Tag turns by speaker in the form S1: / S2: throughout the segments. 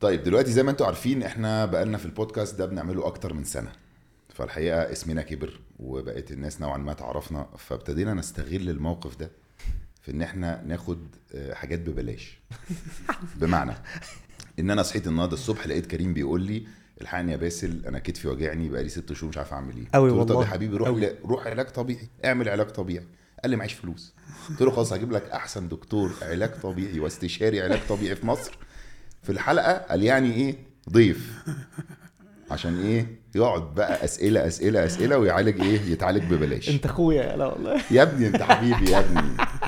S1: طيب دلوقتي زي ما انتوا عارفين احنا بقالنا في البودكاست ده بنعمله اكتر من سنة، فالحقيقة اسمنا كبر وبقيت الناس نوعا ما تعرفنا، فابتدينا نستغل الموقف ده في ان احنا ناخد حاجات ببلاش. بمعنى ان انا صحيت النهارده الصبح لقيت كريم بيقول لي الحقني يا باسل انا كتفي وجعني بقالي 6 شهور مش عارف اعمل ايه.
S2: قوي
S1: قلت له طب يا
S2: والله
S1: حبيبي روح علاج طبيعي، اعمل علاج طبيعي. قال لي معيش فلوس. قلت له خلاص هجيب لك احسن دكتور علاج طبيعي واستشاري علاج طبيعي في مصر في الحلقه. قال يعني ايه ضيف، عشان ايه يقعد بقى اسئله ويعالج ايه، يتعالج ببلاش.
S2: انت اخويا. لا والله
S1: يا ابني انت حبيبي يا ابني.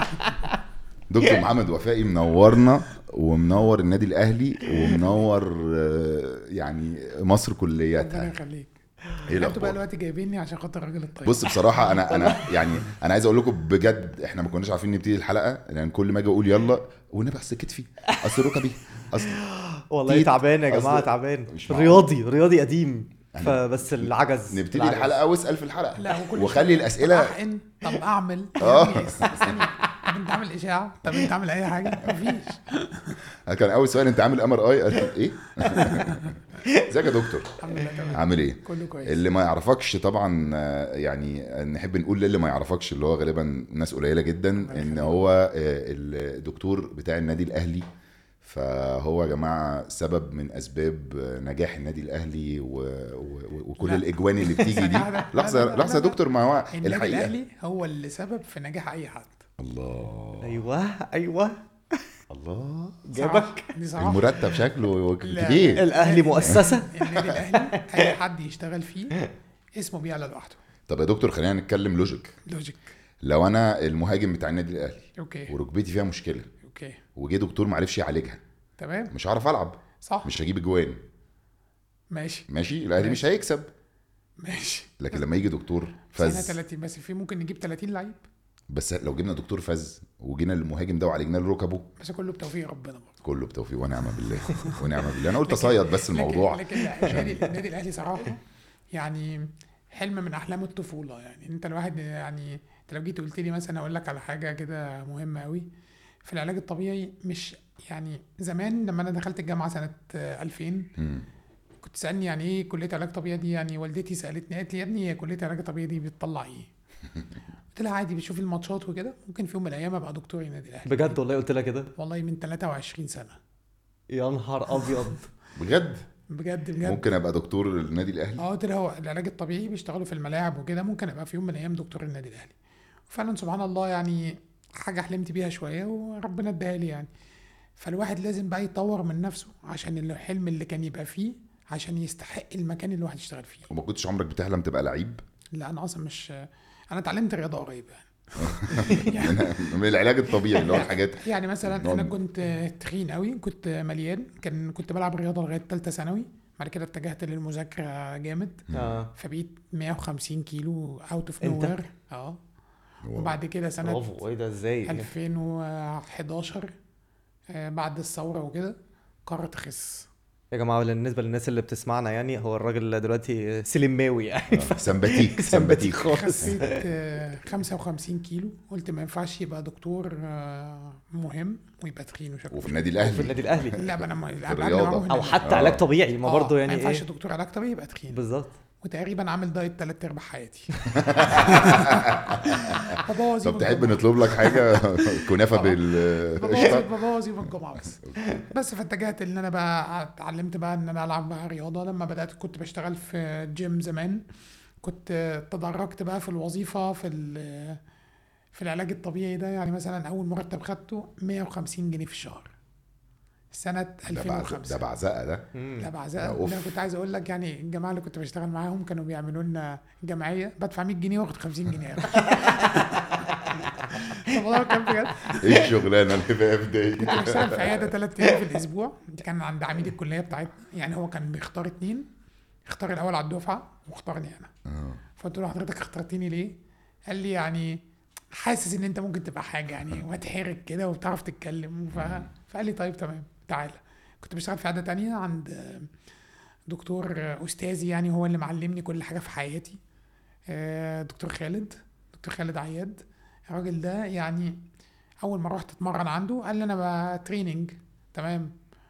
S1: دكتور محمد وفائي منورنا ومنور النادي الاهلي ومنور يعني مصر
S3: ربنا
S1: كلياتها.
S3: يخليك.
S1: ايه
S3: انتوا بقى
S1: الاخبار؟
S3: دلوقتي جايبيني عشان خاطر الراجل الطيب.
S1: بص بصراحه انا يعني انا عايز اقول لكم بجد احنا ما كناش عارفين نبتدي الحلقه، لان يعني كل ما اجي اقول يلا ونبقى اصل كتفي اصل ركبي اصل
S2: والله
S1: تيت،
S2: تعبان يا جماعه،
S1: أصل
S2: تعبان
S1: مش معقول.
S2: رياضي قديم، فبس العجز
S1: نبتدي
S2: العجز.
S1: الحلقه واسال في الحلقه
S3: لا وكل
S1: وخلي
S3: شوية
S1: الاسئله.
S3: طب احقن، طب اعمل يا ابني ثانية. طب انت عامل اشاعه، طب انت عامل اي حاجه؟ مفيش.
S1: كان اول سؤال انت عامل MRI؟ قلت ايه؟ ازيك يا دكتور؟
S3: الحمد لله تمام،
S1: عامل ايه؟
S3: كله كويس.
S1: اللي ما يعرفكش طبعا يعني نحب نقول للي ما يعرفكش اللي هو غالبا ناس قليله جدا ان هو الدكتور بتاع النادي الاهلي. فهو يا جماعه سبب من اسباب نجاح النادي الاهلي وكل
S3: لا.
S1: الاجوان اللي بتيجي دي.
S3: لا،
S1: لحظه
S3: لا.
S1: يا دكتور، ما هو
S3: النادي
S1: الحقيقه
S3: الاهلي هو اللي سبب في نجاح اي حد.
S1: الله
S2: ايوه
S1: الله
S2: جابك.
S3: دي صراحه.
S1: المرتب شكله
S3: لا.
S1: كتير.
S2: الاهلي مؤسسه.
S3: النادي الاهلي اي حد يشتغل فيه اسمه بيعلى لوحده.
S1: طب يا دكتور خلينا نتكلم لوجيك.
S3: لوجيك.
S1: لو انا المهاجم بتاع النادي الاهلي
S3: اوكي
S1: وركبتي فيها مشكله
S3: اوكي
S1: وجه دكتور معرفش يعالجها،
S3: تمام
S1: مش هعرف العب،
S3: صح.
S1: مش هجيب اجوان،
S3: ماشي
S1: ماشي الاهلي مش
S3: ماشي.
S1: هيكسب.
S3: ماشي.
S1: لكن لما يجي دكتور
S3: بس احنا
S1: فز،
S3: 30 بس في ممكن نجيب 30 لعيب،
S1: بس لو جبنا دكتور فز وجينا للمهاجم ده وعالجنا له ركبه،
S3: بس كله بتوفيق ربنا برضه.
S1: كله بتوفيق ونعم بالله ونعم بالله. انا قلت اصيد بس الموضوع.
S3: لكن النادي الاهلي صراحه يعني حلم من احلام الطفوله. يعني انت الواحد يعني انت لو جيت قلت لي مثلا اقول لك على حاجه كده مهمه قوي في العلاج الطبيعي. مش يعني زمان لما انا دخلت الجامعه سنه 2000 كنت تسالني يعني ايه كليه علاج طبيعي دي، يعني والدتي سالتني قالت لي يا ابني هي كليه علاج طبيعي دي بتطلع ايه؟ قلت لها عادي بشوف الماتشات وكده، ممكن في يوم من الايام ابقى دكتور النادي الاهلي.
S2: بجد والله قلت لها كده؟
S3: والله من 23 سنه.
S2: يا نهار ابيض.
S1: بجد
S3: بجد
S1: ممكن ابقى دكتور النادي الاهلي.
S3: قلت له هو العلاج الطبيعي بيشتغلوا في الملاعب وكده، ممكن ابقى في يوم من الايام دكتور النادي الاهلي. وفعلا سبحان الله يعني حاجه حلمت بيها شويه وربنا اداها لي يعني. فالواحد لازم بقى يطور من نفسه عشان الحلم اللي كان يبقى فيه، عشان يستحق المكان اللي الواحد يشتغل فيه.
S1: وما كنتش عمرك بتحلم تبقى لعيب؟
S3: لا انا اصلا مش، انا اتعلمت رياضه قريب
S1: من العلاج الطبيعي اللي هو الحاجات.
S3: يعني مثلا انا كنت تخين قوي، كنت مليان، كنت بلعب رياضه لغايه ثالثه ثانوي. بعد كده اتجهت للمذاكره جامد، فبقيت 150 كيلو اوت اوف
S2: انت؟
S3: نوير. وبعد كده سنه
S2: برافو. ايه ده ازاي؟
S3: 2011 بعد الثوره وكده قررت اخس.
S2: يا جماعه بالنسبه للناس اللي بتسمعنا، يعني هو الراجل دلوقتي سلماوي يعني
S1: سمباتيك
S2: خالص.
S3: خسيت 55 كيلو. قلت ما ينفعش يبقى دكتور مهم ويبقى تخين وشكله
S1: وفي النادي
S2: في
S1: الاهلي
S2: النادي الاهلي
S3: لا انا ما
S1: الرياضة.
S2: او حتى علاج طبيعي، ما برضه يعني
S3: ما ينفعش
S2: ايه
S3: دكتور علاج طبيعي يبقى تخين.
S2: بالظبط.
S3: وتقريبا عامل دايت 3/4 حياتي.
S1: طب تحب نطلب لك حاجه كنافه بالقشطه؟
S3: ببوظ يوم الجمعه بس فاتجهت ان انا بقى اتعلمت بقى ان انا العب بقى رياضه. لما بدات كنت بشتغل في جيم زمان، كنت تدرجت بقى في الوظيفه في العلاج الطبيعي ده. يعني مثلا اول مرتب خدته 150 جنيه في الشهر سنة 2005.
S1: ده بعزقه ده.
S3: لا بعزقه. انا كنت عايز اقول لك يعني الجماعه اللي كنت بشتغل معاهم كانوا بيعملوا لنا جمعيه بدفع 100 جنيه واخد 50 جنيه. والله كان بجد.
S1: ايه الشغلانه اللي بقى في دي؟
S3: كنت بشتغل في عياده 3 ايام في الاسبوع. كان عند عميد الكليه بتاعتنا، يعني هو كان بيختار 2، اختار الاول على الدفعه واختارني انا. فقلت له حضرتك اخترتني ليه؟ قال لي يعني حاسس ان انت ممكن تبقى حاجه يعني وتحرك كده وبتعرف تتكلم. فقال لي طيب تمام تعالى. كنت بشتغل في عياده تانية عند دكتور استاذي، يعني هو اللي معلمني كل حاجه في حياتي، دكتور خالد عياد. الراجل ده يعني اول ما رحت اتمرن عنده قال لي انا بقى تريننج تمام.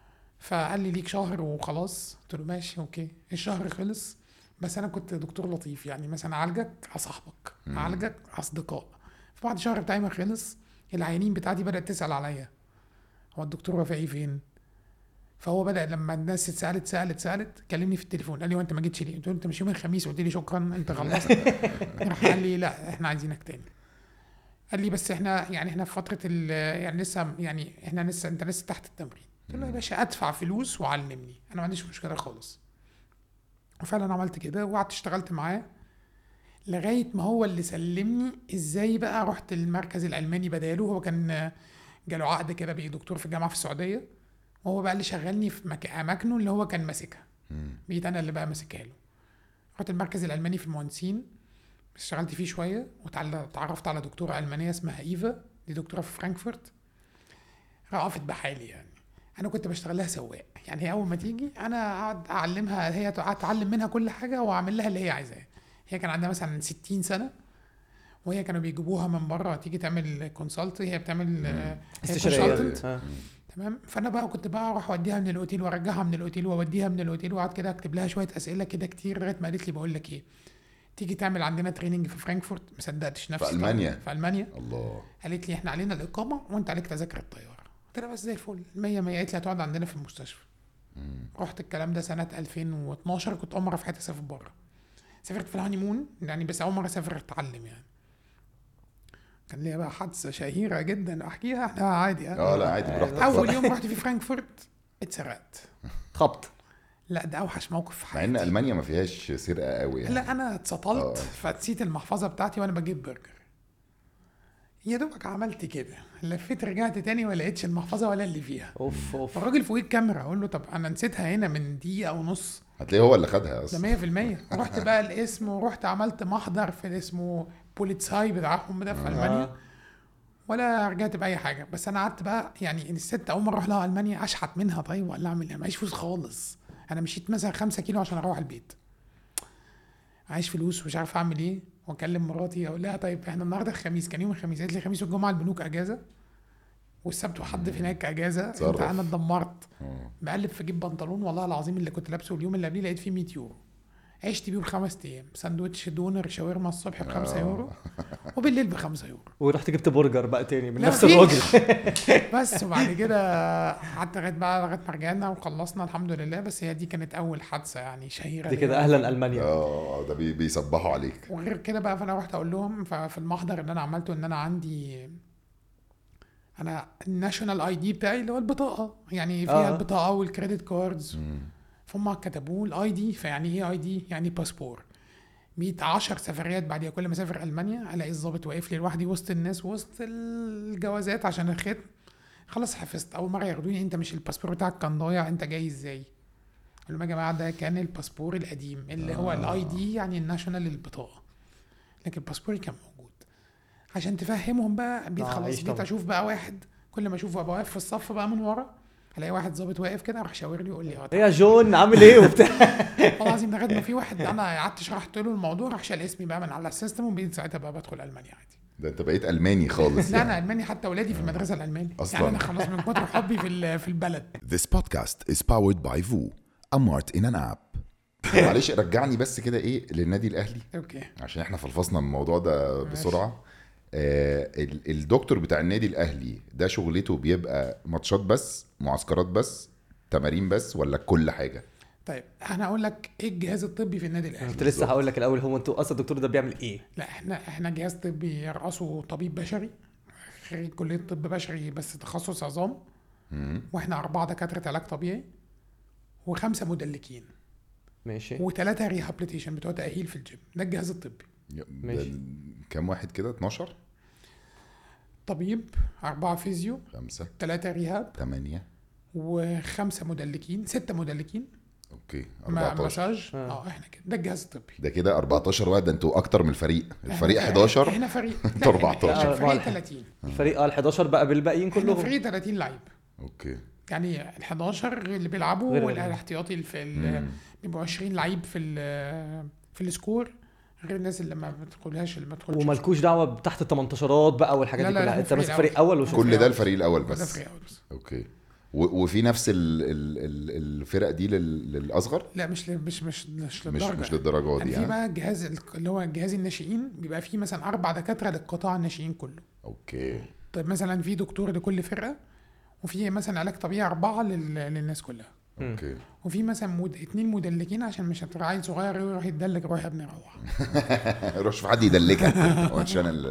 S3: فقال لي ليك شهر وخلاص. قلت له ماشي اوكي. الشهر خلص، بس انا كنت دكتور لطيف يعني، مثلا اعالجك اصاحبك، اعالجك اصدقاء. فبعد الشهر بتاعي ما خلص، العيانين بتاعتي بدات تسال عليا، هو الدكتور وفائي فين؟ فهو بدا لما الناس سالت كلمني في التليفون، قال لي وانت ما جيتش ليه؟ قلت له انت مش يوم الخميس قلت لي شكرا انت خلصت؟ راح قال لي لا احنا عايزينك تاني. قال لي بس احنا يعني احنا في فتره يعني لسه يعني احنا لسه انت لسه تحت التمرين. قلت له يا باشا ادفع فلوس وعلمني، انا ما عنديش مشكله خالص. وفعلا عملت كده وقعدت اشتغلت معاه لغايه ما هو اللي سلمني ازاي بقى رحت المركز الالماني بداله. هو كان جاله عقد كده بقى دكتور في الجامعه في السعوديه، وهو بقى اللي شغلني في اماكنه اللي هو كان ماسكها، بقيت انا اللي بقى ماسكها له. رحت المركز الالماني في المهندسين، اشتغلت فيه شويه وتعرفت على دكتوره المانيه اسمها ايفا، دي دكتوره في فرانكفورت، رأفت بحالي يعني. انا كنت بشتغل لها سواق يعني، هي اول ما تيجي انا اقعد اعلمها، هي اتعلم منها كل حاجه واعمل لها اللي هي عايزاه. هي كان عندها مثلا 60 سنه، وهي كانوا بيجيبوها من بره تيجي تعمل كونسلت، هي بتعمل
S2: استشارية.
S3: تمام. فانا بقى كنت بقى اروح اوديها من الاوتيل وارجعها من الاوتيل واوديها من الاوتيل، وقعد كده اكتب لها شويه اسئله كده كتير لغايه ما قالت لي بقول لك ايه، تيجي تعمل عندنا تريننج في فرانكفورت. مصدقتش نفسي.
S1: في ألمانيا؟
S3: في المانيا.
S1: الله.
S3: قالت لي احنا علينا الاقامه وانت عليك تذاكر الطياره. قلت لها بس زي الفل 100 100. قالت لي هتقعد عندنا في المستشفى. رحت الكلام ده سنه 2012، كنت اول مره في حياتي اسافر بره. سافرت في الهانيمون يعني، بس اول مره اسافر اتعلم يعني. كان ليا بقى حادثه شهيره جدا احكيها. احنا عادي
S1: لا عادي براحتك.
S3: اول يوم رحت في فرانكفورت اتسرقت.
S2: خبط.
S3: لا ده اوحش موقف في
S1: مع
S3: حياتي.
S1: ان المانيا ما فيهاش سرقه قوي يعني.
S3: لا انا اتسطلت فنسيت المحفظه بتاعتي وانا بجيب برجر. يا دوبك عملت كده، لفيت رجعت تاني ولا لقيتش المحفظه ولا اللي فيها.
S2: اوف.
S3: الراجل فوق الكاميرا اقول له طب انا نسيتها هنا من دقيقه ونص.
S1: هتلاقيه هو اللي خدها اصلا.
S3: ده 100%. رحت بقى الاسم ورحت عملت محضر في اسمه بوليتساي بتاعهم ده في المانيا، ولا رجعت باي حاجه. بس انا قعدت بقى يعني الست اول مره اروح لها المانيا اشحت منها طيب ولا اعمل ايه؟ معيش فلوس خالص. انا مشيت مثلا 5 كيلو عشان اروح البيت، معيش فلوس ومش عارف اعمل ايه. واكلم مراتي اقول لها طيب احنا النهارده الخميس، كان يوم الخميس. قالت لي الخميس والجمعه البنوك اجازه، والسبت وحد في هناك اجازه. انت انا اتدمرت. بقلب في جيب بنطلون والله العظيم اللي كنت لابسه اليوم اللي قبليه لقيت فيه 100 يورو. عشت بيه ب5 ايام، ساندوتش دونر شاورما الصبح ب5 يورو وبالليل ب5 يورو.
S2: ورحت جبت برجر بقى تاني من
S3: لا
S2: نفس الراجل.
S3: بس وبعد كده قعدت لغايه ما رجعنا وخلصنا الحمد لله. بس هي دي كانت اول حادثه يعني شهيره
S2: دي كده اهلا المانيا.
S1: ده بيصبحوا عليك.
S3: وغير كده بقى فانا رحت اقول لهم في المحضر اللي انا عملته ان انا عندي انا الناشونال اي دي بتاعي اللي هو البطاقه يعني فيها البطاقه والكريدت كاردز. فهم كتبوا الاي دي. فيعني ايه اي دي؟ يعني باسبور. 110 سفريات بعديها كل ما اسافر المانيا الاقي الضابط واقف لي لوحدي وسط الناس وسط الجوازات عشان الختم. خلاص حفظت. اول مره ياخدوني انت مش الباسبور بتاعك كان ضايع انت جاي ازاي؟ قال لهم يا جماعه ده كان الباسبور القديم اللي هو الاي دي يعني الناشونال البطاقه، لكن باسبوري كان موجود. عشان تفهمهم بقى بقيت خلاص بقيت اشوف بقى واحد كل ما اشوفه ابقى واقف في الصف بقى من ورا الاقي واحد ظابط واقف كده راح شاور لي يقول لي
S2: ايه يا جون عامل ايه وبتاع.
S3: والله العظيم لغايه ما في واحد انا قعدت شرحت له الموضوع راح شال اسمي بقى من على السيستم وبقيت ساعتها بقى بدخل المانيا عادي.
S1: ده انت بقيت الماني خالص.
S3: لا انا الماني حتى اولادي في المدرسه الالماني
S1: أصلاً.
S3: يعني انا خلاص من كتر حبي في البلد.
S1: This podcast is powered by VU, a mart in an app. معلش رجعني بس كده ايه للنادي الاهلي
S3: اوكي
S1: عشان احنا فلفصنا من الموضوع ده بسرعه. الدكتور بتاع النادي الاهلي ده شغلته بيبقى ماتشات بس، معسكرات بس، تمارين بس، ولا كل حاجه؟
S3: طيب انا اقول لك ايه الجهاز الطبي في النادي الاهلي.
S2: كنت لسه هقول لك الاول هو انتوا اصلا الدكتور ده بيعمل ايه؟
S3: لا احنا جهاز طبي يرأسه طبيب بشري خريج كليه طب بشري بس تخصص عظام. واحنا 4 دكاتره علاج طبيعي و5 مدلكين
S2: ماشي
S3: و3 ريهابليتيشن بتوع تاهيل في الجيم. ده الجهاز الطبي.
S2: ماشي.
S1: كم واحد كده؟ 12
S3: طبيب 4 فيزيو
S1: 5
S3: 3 ريهاب
S1: 8
S3: و5 مدلكين 6 مدلكين
S1: اوكي
S3: مع
S1: 14.
S3: مساج. احنا كده ده الجهاز الطبي.
S1: ده كده 14 واحد. ده انتوا اكتر من الفريق 11.
S3: احنا فريق
S1: انتوا 14.
S3: فريق 30
S2: الفريق ال11 بقى بالباقيين
S3: احنا
S2: كلهم.
S3: فريق 30 لعيب.
S1: اوكي
S3: يعني ال11 اللي بيلعبوا والاحتياطي بيبقوا 20 لعيب في السكور غير الناس اللي ما بتدخلهاش اللي ما تدخلش.
S2: ومالكوش دعوه تحت ال18 بقى والحاجات دي كلها. انت ماسك فريق اول وشغل.
S1: كل ده الفريق الاول بس.
S3: ده فريق اول بس.
S1: اوكي. وفي نفس الفرق دي للاصغر؟
S3: لا مش للدرجه.
S1: مش للدرجه دي
S3: في
S1: يعني.
S3: بقى الجهاز اللي هو جهاز الناشئين، بيبقى فيه مثلا 4 دكاتره للقطاع الناشئين كله.
S1: اوكي.
S3: طيب مثلا في دكتور لكل فرقه، وفي مثلا علاج طبيعي 4 للناس كلها.
S1: اوكي.
S3: وفي مثلا 2 مدلكين عشان مش هتبقى عيل صغير يروح يتدلك، روح يا ابني روح.
S1: روح شوف حد يدلكك عشان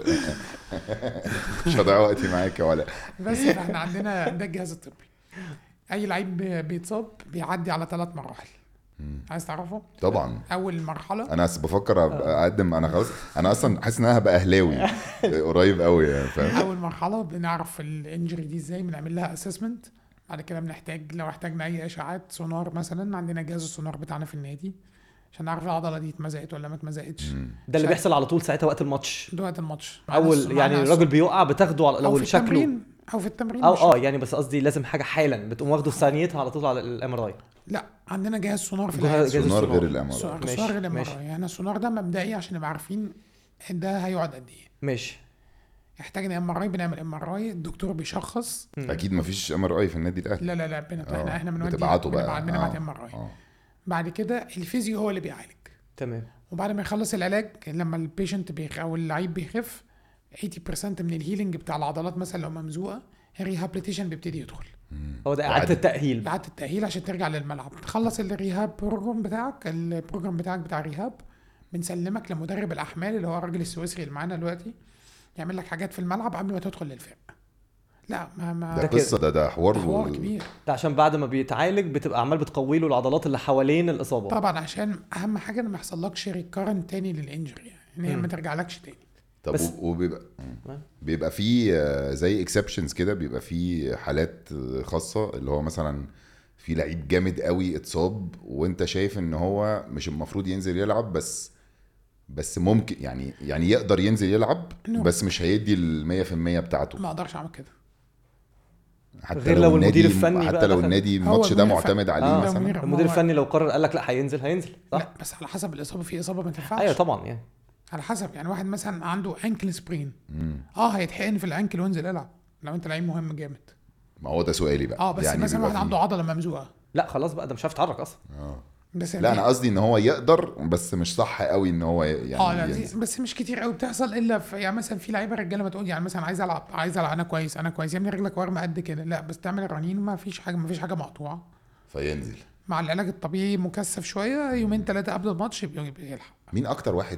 S1: مش هضيع وقتي معاك ولا.
S3: بس احنا عندنا ده الجهاز الطبي. اي لعيب بيتصاب بيعدي على 3 مراحل. عايز تعرفه؟
S1: طبعا.
S3: اول مرحله
S1: انا بفكر اقدم، انا خلاص انا اصلا حاسس ان انا هبقى اهلاوي قريب قوي يعني، فاهم.
S3: اول مرحله بنعرف الانجري دي ازاي، بنعمل لها اسسمنت. بعد كده بنحتاج لو احتاجنا اي اشعاعات سونار مثلا، عندنا جهاز السونار بتاعنا في النادي عشان نعرف العضله دي اتمزقت ولا ما اتمزقتش.
S2: ده اللي بيحصل على طول ساعتها وقت الماتش.
S3: وقت الماتش
S2: اول يعني الراجل بيقع بتاخده على لو شكله
S3: او في التمرين
S2: او يعني، بس قصدي لازم حاجه حالا بتقوم واخده في ثانيتها على طول على الام ار اي.
S3: لا عندنا جهاز سونار في
S2: جهاز
S1: سونار غير الام ار
S3: سونار غير الام ار اي. يعني السونار ده مبدئي عشان نبقى عارفين ده هيقعد قد ايه.
S2: ماشي.
S3: احتاجنا ام ار اي، بنعمل ام ار اي، الدكتور بيشخص.
S1: اكيد مفيش ام ار اي في النادي الاهلي.
S3: لا احنا بنودي
S1: بتبعته بقى
S3: بنبعت ام ار اي. بعد كده الفيزيو هو اللي بيعالج.
S2: تمام.
S3: وبعد ما يخلص العلاج، لما البيشنت او اللعيب بيخف 80% من الهيلينج بتاع العضلات مثلا لو ممزوقه، الريهابليتيشن بيبتدي يدخل.
S2: هو ده اعاده التاهيل.
S3: اعاده التاهيل عشان ترجع للملعب. تخلص الريهاب البروجرام بتاعك بتاع الريهاب، بنسلمك لمدرب الاحمال اللي هو الراجل السويسري اللي معانا دلوقتي، يعمل لك حاجات في الملعب قبل ما تدخل للفرقه. لا ما
S1: ده قصه، ده حوار
S3: كبير.
S2: ده عشان بعد ما بيتعالج بتبقى عمال بتقوي له العضلات اللي حوالين الاصابه.
S3: طبعا عشان اهم حاجه ان ما يحصلكش ريكارنت تاني للانجري، يعني ان هي ما ترجعلكش تاني.
S1: طب بيبقى في زي اكسبشنز كده، بيبقى في حالات خاصه اللي هو مثلا في لعيب جامد قوي اتصاب وانت شايف ان هو مش المفروض ينزل يلعب، بس ممكن يعني يقدر ينزل يلعب بس مش هيدي 100% بتاعته.
S3: ما اقدرش اعمل كده
S2: حتى لو المدير الفني
S1: حتى لو النادي الماتش ده معتمد عليه مثلا
S2: المدير الفني لو قرر قال لك لا هينزل صح؟
S3: لا بس على حسب الاصابه. في اصابه ما تنفعش.
S2: ايوه طبعا يعني
S3: على حسب. يعني واحد مثلا عنده انكل سبرين هيتحقن في الانكل وينزل يلعب لو انت لعيب مهم جامد.
S1: ما هو ده سؤالي بقى.
S3: بس يعني مثلا واحد عنده عضله ممزوقه،
S2: لا خلاص بقى ده مش هيتحرك اصلا.
S3: بس
S1: لا انا قصدي ان هو يقدر، بس مش صح قوي ان هو يعني
S3: لا بس مش كتير قوي بتحصل الا في يعني مثلا في لعيبه رجاله ما تقول يعني مثلا عايز العب انا كويس يا ابني رجلك ورمه قد كده، لا بس تعمل الرنين ما فيش حاجه مقطوعه
S1: فينزل
S3: مع العلاج الطبيعي مكثف شويه 2-3 قبل الماتش يبقى يلحق.
S1: مين اكتر واحد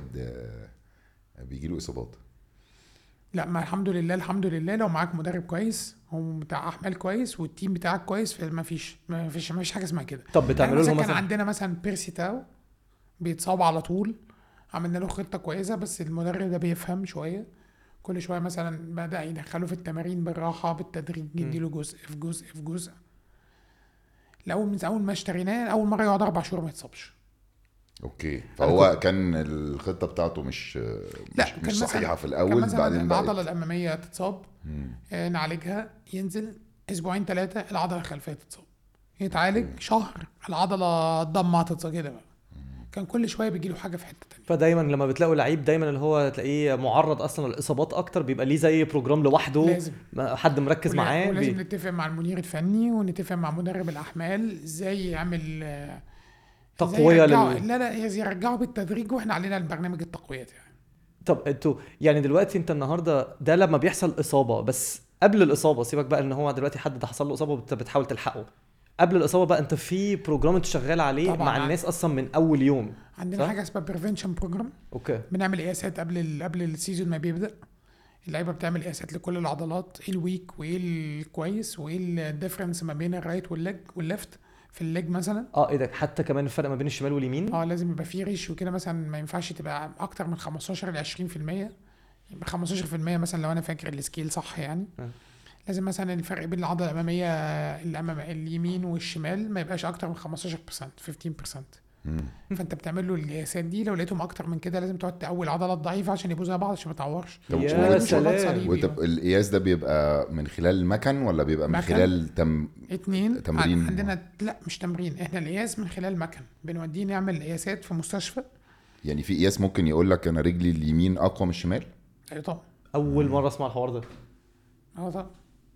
S1: بيجي له اصابات؟
S3: لا ما الحمد لله لو معاك مدرب كويس وبتاع احمال كويس والتيم بتاعك كويس، فما فيش حاجه اسمها كده.
S2: طب بتعملوا له
S3: مثلا كان عندنا مثلا بيرسي تاو بيتصاب على طول، عملنا له خطه كويسه بس المدرب ده بيفهم شويه، كل شويه مثلا بدا يدخله في التمارين بالراحه بالتدريج، يديله جزء في جزء في جزء. من اول ما اشتريناه اول مره يقعد 4 شهور ما يتصابش.
S1: اوكي. فهو كان الخطه بتاعته مش صحيحه في الاول.
S3: بعدين العضله الاماميه تتصاب نعالجها، ينزل 2-3 العضله الخلفيه تتصاب، يتعالج شهر العضله الضمه تتصاب كده بقى. كان كل شويه بيجي له حاجه في حته تانية.
S2: فدايما لما بتلاقوا لعيب دايما اللي هو تلاقيه معرض اصلا للاصابات اكتر، بيبقى ليه زي بروجرام لوحده
S3: لازم.
S2: حد مركز معاه.
S3: ولازم نتفق مع المدير الفني ونتفق مع مدرب الاحمال ازاي يعمل
S2: تقويه
S3: لا يرجعوا بالتدريج، واحنا علينا البرنامج التقويات يعني.
S2: طب انتوا يعني دلوقتي انت النهارده ده لما بيحصل اصابه، بس قبل الاصابه سيبك بقى ان هو دلوقتي حد ده حصل له اصابه بتحاول تلحقه، قبل الاصابه بقى انت في بروجرام انت شغال عليه مع الناس اصلا من اول يوم.
S3: عندنا حاجه اسمها بريفنشن بروجرام.
S2: اوكي.
S3: بنعمل قياسات قبل السيزون ما بيبدا. اللعيبه بتعمل قياسات لكل العضلات، ايه الويك وايه الكويس وايه الديفرنس ما بين الرايت والليفت في الليج مثلا.
S2: ايه ده حتى كمان الفرق ما بين الشمال واليمين.
S3: لازم يبقى فيه ريشيو كده، مثلا ما ينفعش تبقى اكتر من 15 ل 20%. يبقى 15% مثلا لو انا فاكر السكيل صح يعني. لازم مثلا الفرق بين العضله الاماميه اليمين والشمال ما يبقاش اكتر من 15% فانت بتعمل له القياسات دي، لو لقيتهم اكتر من كده لازم تقعد تقوي العضلات ضعيفه عشان يبقوا زي بعض عشان ما تعورش.
S2: يا سلام.
S1: القياس ده بيبقى من خلال المكن ولا بيبقى من خلال
S3: تمرين؟ عندنا لا مش تمرين، احنا القياس من خلال مكن بنوديه نعمل قياسات في مستشفى.
S1: يعني في قياس ممكن يقول لك انا رجلي اليمين اقوى من الشمال؟
S3: ايوه طبعا.
S2: اول مره اسمع الحوار ده.
S3: طبعا.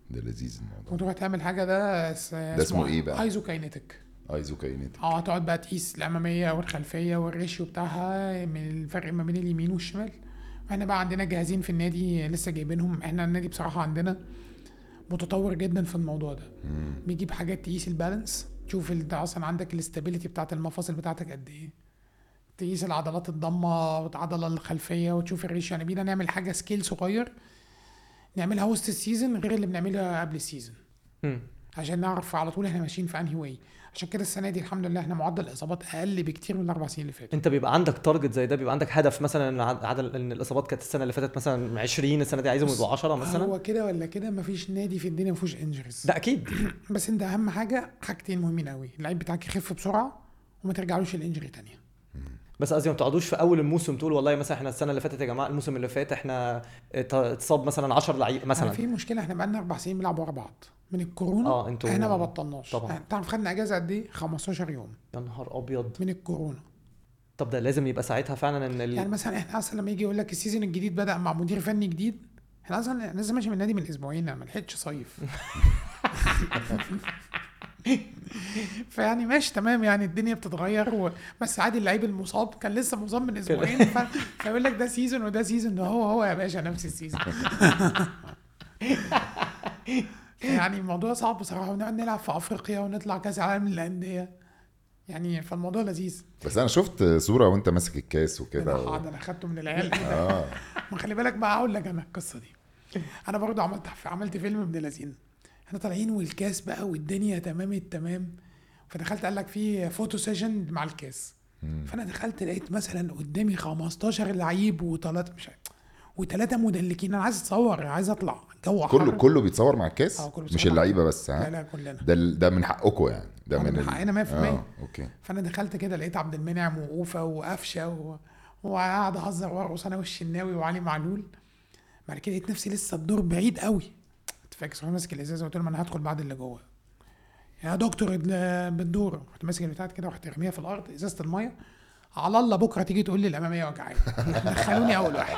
S1: ده لذيذ الموضوع.
S3: وتروح تعمل حاجه ده
S1: اسمه ايه بقى؟
S3: ايزوكاينيتك.
S1: ايزوكاينيتك.
S3: تقعد بقى تقيس الاماميه والخلفيه والريشيو بتاعها من الفرق ما بين اليمين والشمال. واحنا بقى عندنا جهازين في النادي لسه جايبينهم. احنا النادي بصراحه عندنا متطور جدا في الموضوع ده. بيجيب حاجات تقيس البالانس، تشوف انت اصلا عندك الاستابيليتي بتاعت المفاصل بتاعتك قد ايه، تقيس العضلات الضمه والعضله الخلفيه وتشوف الريشيو. يعني بينا نعمل حاجه سكيل صغير نعملها وسط السيزون غير اللي بنعملها قبل السيزون، عشان نعرف على طول احنا ماشيين في انهي واي. عشان كده السنه دي الحمد لله احنا معدل الاصابات اقل بكتير من ال4 سنين اللي فاتوا.
S2: انت بيبقى عندك تارجت زي ده، بيبقى عندك هدف مثلا عدد ان الاصابات كانت السنه اللي فاتت مثلا 20، السنه دي عايزهم يبقوا 10 مثلا؟
S3: هو كده ولا كده مفيش نادي في الدنيا مفيهوش انجريز،
S2: ده اكيد.
S3: بس انت اهم حاجتين مهمين قوي، اللعيب بتاعك يخف بسرعه وما ترجعلوش الانجري تانية.
S2: بس قصدي ما تقعدوش في اول الموسم تقول والله مثلا احنا السنه اللي فاتت يا جماعه الموسم اللي فات احنا اتصاب مثلا 10 لعيبه مثلا.
S3: في مشكله، احنا بقالنا 4 سنين بنلعب ورا بعض من الكورونا.
S2: انتوا
S3: احنا ما بطلناش
S2: طبعا.
S3: تعرف خدنا اجازه قد ايه؟ 15 يوم.
S2: يا نهار ابيض
S3: من الكورونا.
S2: طب ده لازم يبقى ساعتها فعلا ان
S3: يعني مثلا احنا اصلا لما يجي يقول لك السيزون الجديد بدا مع مدير فني جديد، احنا اصلا لازم ماشي من النادي من اسبوعين، ما لحقتش صيف. فيعني ماشي تمام، يعني الدنيا بتتغير بس عادي. اللعيب المصاب كان لسه مصاب من اسبوعين فيقول لك ده سيزون وده سيزون، ده هو يا باشا نفس السيزون. يعني الموضوع صعب بصراحه، ونقعد نلعب في افريقيا ونطلع كاس العالم للانديه، يعني فالموضوع لذيذ.
S1: بس انا شفت صوره وانت ماسك الكاس وكده
S3: انا خدته من العيال كده. ما خلي بالك بقى، اقول لك انا القصه دي. انا برضو عملت فيلم ابن لذين. احنا طالعين والكاس بقى والدنيا تمام التمام، فدخلت قال لك في فوتو سيشن مع الكاس. فانا دخلت لقيت مثلا قدامي 15 لعيب وثلاثه مدلكين. انا عايز اتصور، عايز اطلع جو
S1: كله بيتصور مع الكاس. مش اللعيبه بس.
S3: لا كلنا.
S1: ده من حقكم يعني، ده من
S3: حقنا 100%.
S1: اوكي.
S3: فانا دخلت كده لقيت عبد المنعم وقوفه وقفشه وقاعد اهزر وارقص انا والشناوي وعلي معلول. بعد كده لقيت نفسي لسه الدور بعيد قوي. فاكر ماسك الازازه وقلت له انا هدخل بعد اللي جوه يا دكتور بالدور. كنت ماسك البتاعه كده ورحت رميها في الارض ازازه الميه. على الله بكره تيجي تقول لي الاماميه وجعاني. دخلوني اول واحد.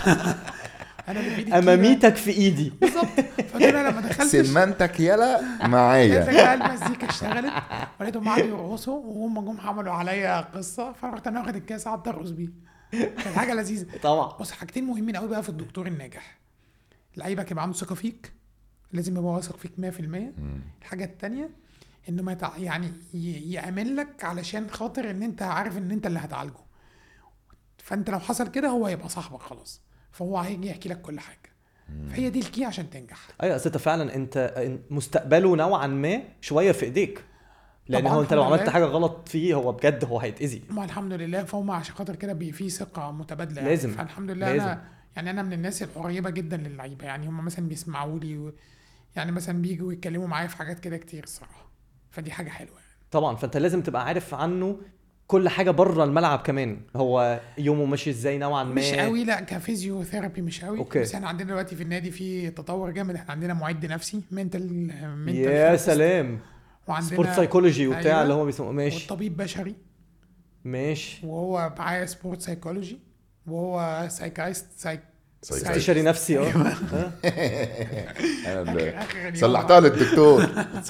S3: انا اللي بايدي
S2: اماميتك في ايدي
S3: بالظبط. فانا لما دخلت
S1: سمنتك يلا معايا.
S3: المزيكا اشتغلت ولقيتهم قعدوا يرقصوا وهم جم عملوا عليا قصه، فرحت انا واخد الكاس قعدت ارقص بيه. كانت حاجه لذيذه
S2: طبعا.
S3: بص، حاجتين مهمين قوي بقى في الدكتور الناجح. لعيبك يبقى عنده ثقه فيك، لازم يبقى واثق فيك 100%. الحاجه الثانيه انه ما يعني يامن لك علشان خاطر ان انت عارف ان انت اللي هتعالجه. فانت لو حصل كده هو هيبقى صاحبك خلاص، فهو هيجي يحكي لك كل حاجه. فهي دي الكي عشان تنجح.
S2: ايوه اصل فعلا انت مستقبله نوعا ما شويه في ايديك، لان هو انت لو عملت حاجه غلط فيه هو بجد هو هيتاذي.
S3: ما الحمد لله، فهم عشان خاطر كده في ثقه متبادله
S2: لازم
S3: يعني. فالحمد لله
S2: لازم.
S3: انا من الناس القريبه جدا للعيبه. يعني هم مثلا بيسمعوا لي يعني مثلا بييجوا يتكلموا معايا في حاجات كده كتير الصراحه، فدي حاجه حلوه يعني.
S2: طبعا. فانت لازم تبقى عارف عنه كل حاجه بره الملعب كمان، هو يومه ماشي ازاي نوعا ما.
S3: مش قوي لا، كفيزيو ثيرابي مش قوي.
S2: أوكي.
S3: بس احنا عندنا دلوقتي في النادي في تطور جامد. احنا عندنا معد نفسي منتال
S2: يا سلام،
S3: وعندنا
S2: سبورت سايكولوجي وبتاع.
S3: أيوة.
S2: اللي هو بيسموه ماشي.
S3: والطبيب بشري
S2: ماشي.
S3: وهو معايا سبورت سايكولوجي وهو
S2: استشاري نفسي.
S1: صلحتها للدكتور.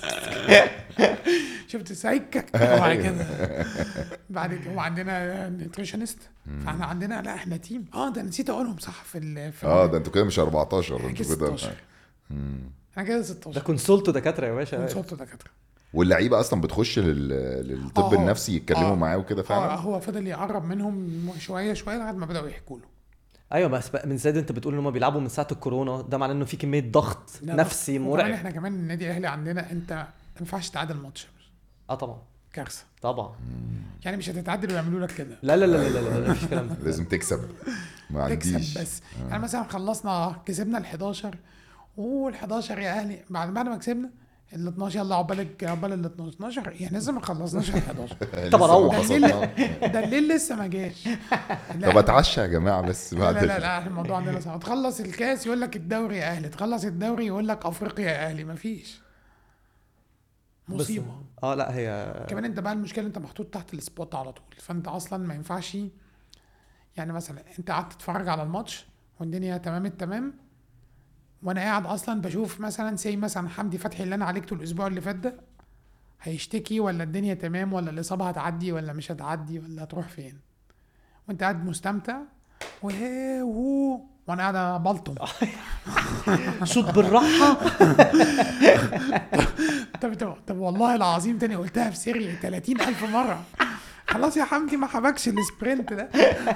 S3: شفت سايكك بعد كده. بعد كده وعندنا نيوتريشنست. فاحنا عندنا لا احنا تيم. ده نسيت اقولهم صح في
S1: ده انتوا كده مش 14 انتوا كده.
S3: انا كده 16.
S2: ده كونسولت دكاتره يا باشا.
S3: كونسولت دكاتره.
S1: واللعيبه اصلا بتخش للطب النفسي يتكلموا معاه وكده فعلا.
S3: هو فضل يقرب منهم شويه لغايه ما بداوا يحكوا له.
S2: ايوه بس من زاد انت بتقول ان هم بيلعبوا من ساعه الكورونا، ده معناه انه في كميه ضغط نفسي مرعب.
S3: احنا كمان النادي الاهلي عندنا انت ما ينفعش تعادل ماتش.
S2: طبعا
S3: كارثه
S2: طبعا.
S3: يعني مش هتتعادل ويعملوا لك كده.
S2: لا مفيش كلام ده.
S1: لازم تكسب. ما عنديش
S3: تكسب بس. يعني مثلا كسبنا ال11 وال11 يا اهلي. بعد ما كسبنا ال12 يلا عقبالك عقبال ال12 يعني لسه ما خلصناش ال11.
S2: طب اروح
S3: ده الليل لسه ما جاش.
S1: طب اتعشى يا جماعه بس بعد.
S3: لا الموضوع عندنا صعب. تخلص الكاس يقول لك الدوري يا اهلي، تخلص الدوري يقول لك افريقيا يا اهلي. مفيش مصيبه.
S2: لا هي
S3: كمان انت بقى المشكله انت محطوط تحت السبوت على طول. فانت اصلا ما ينفعش يعني مثلا انت قعدت تتفرج على الماتش والدنيا تمام التمام وانا قاعد اصلا بشوف مثلا مثلا حمدي فتحي اللي انا عالجته الاسبوع اللي فات ده هيشتكي ولا الدنيا تمام ولا الاصابه هتعدي ولا مش هتعدي ولا هتروح فين، وانت قاعد مستمتع وانا قاعد بلطم.
S2: شوط بالراحه.
S3: طب والله العظيم تاني قلتها في سري 30,000 مره. خلاص يا حمدي ما حبكش السبرنت ده.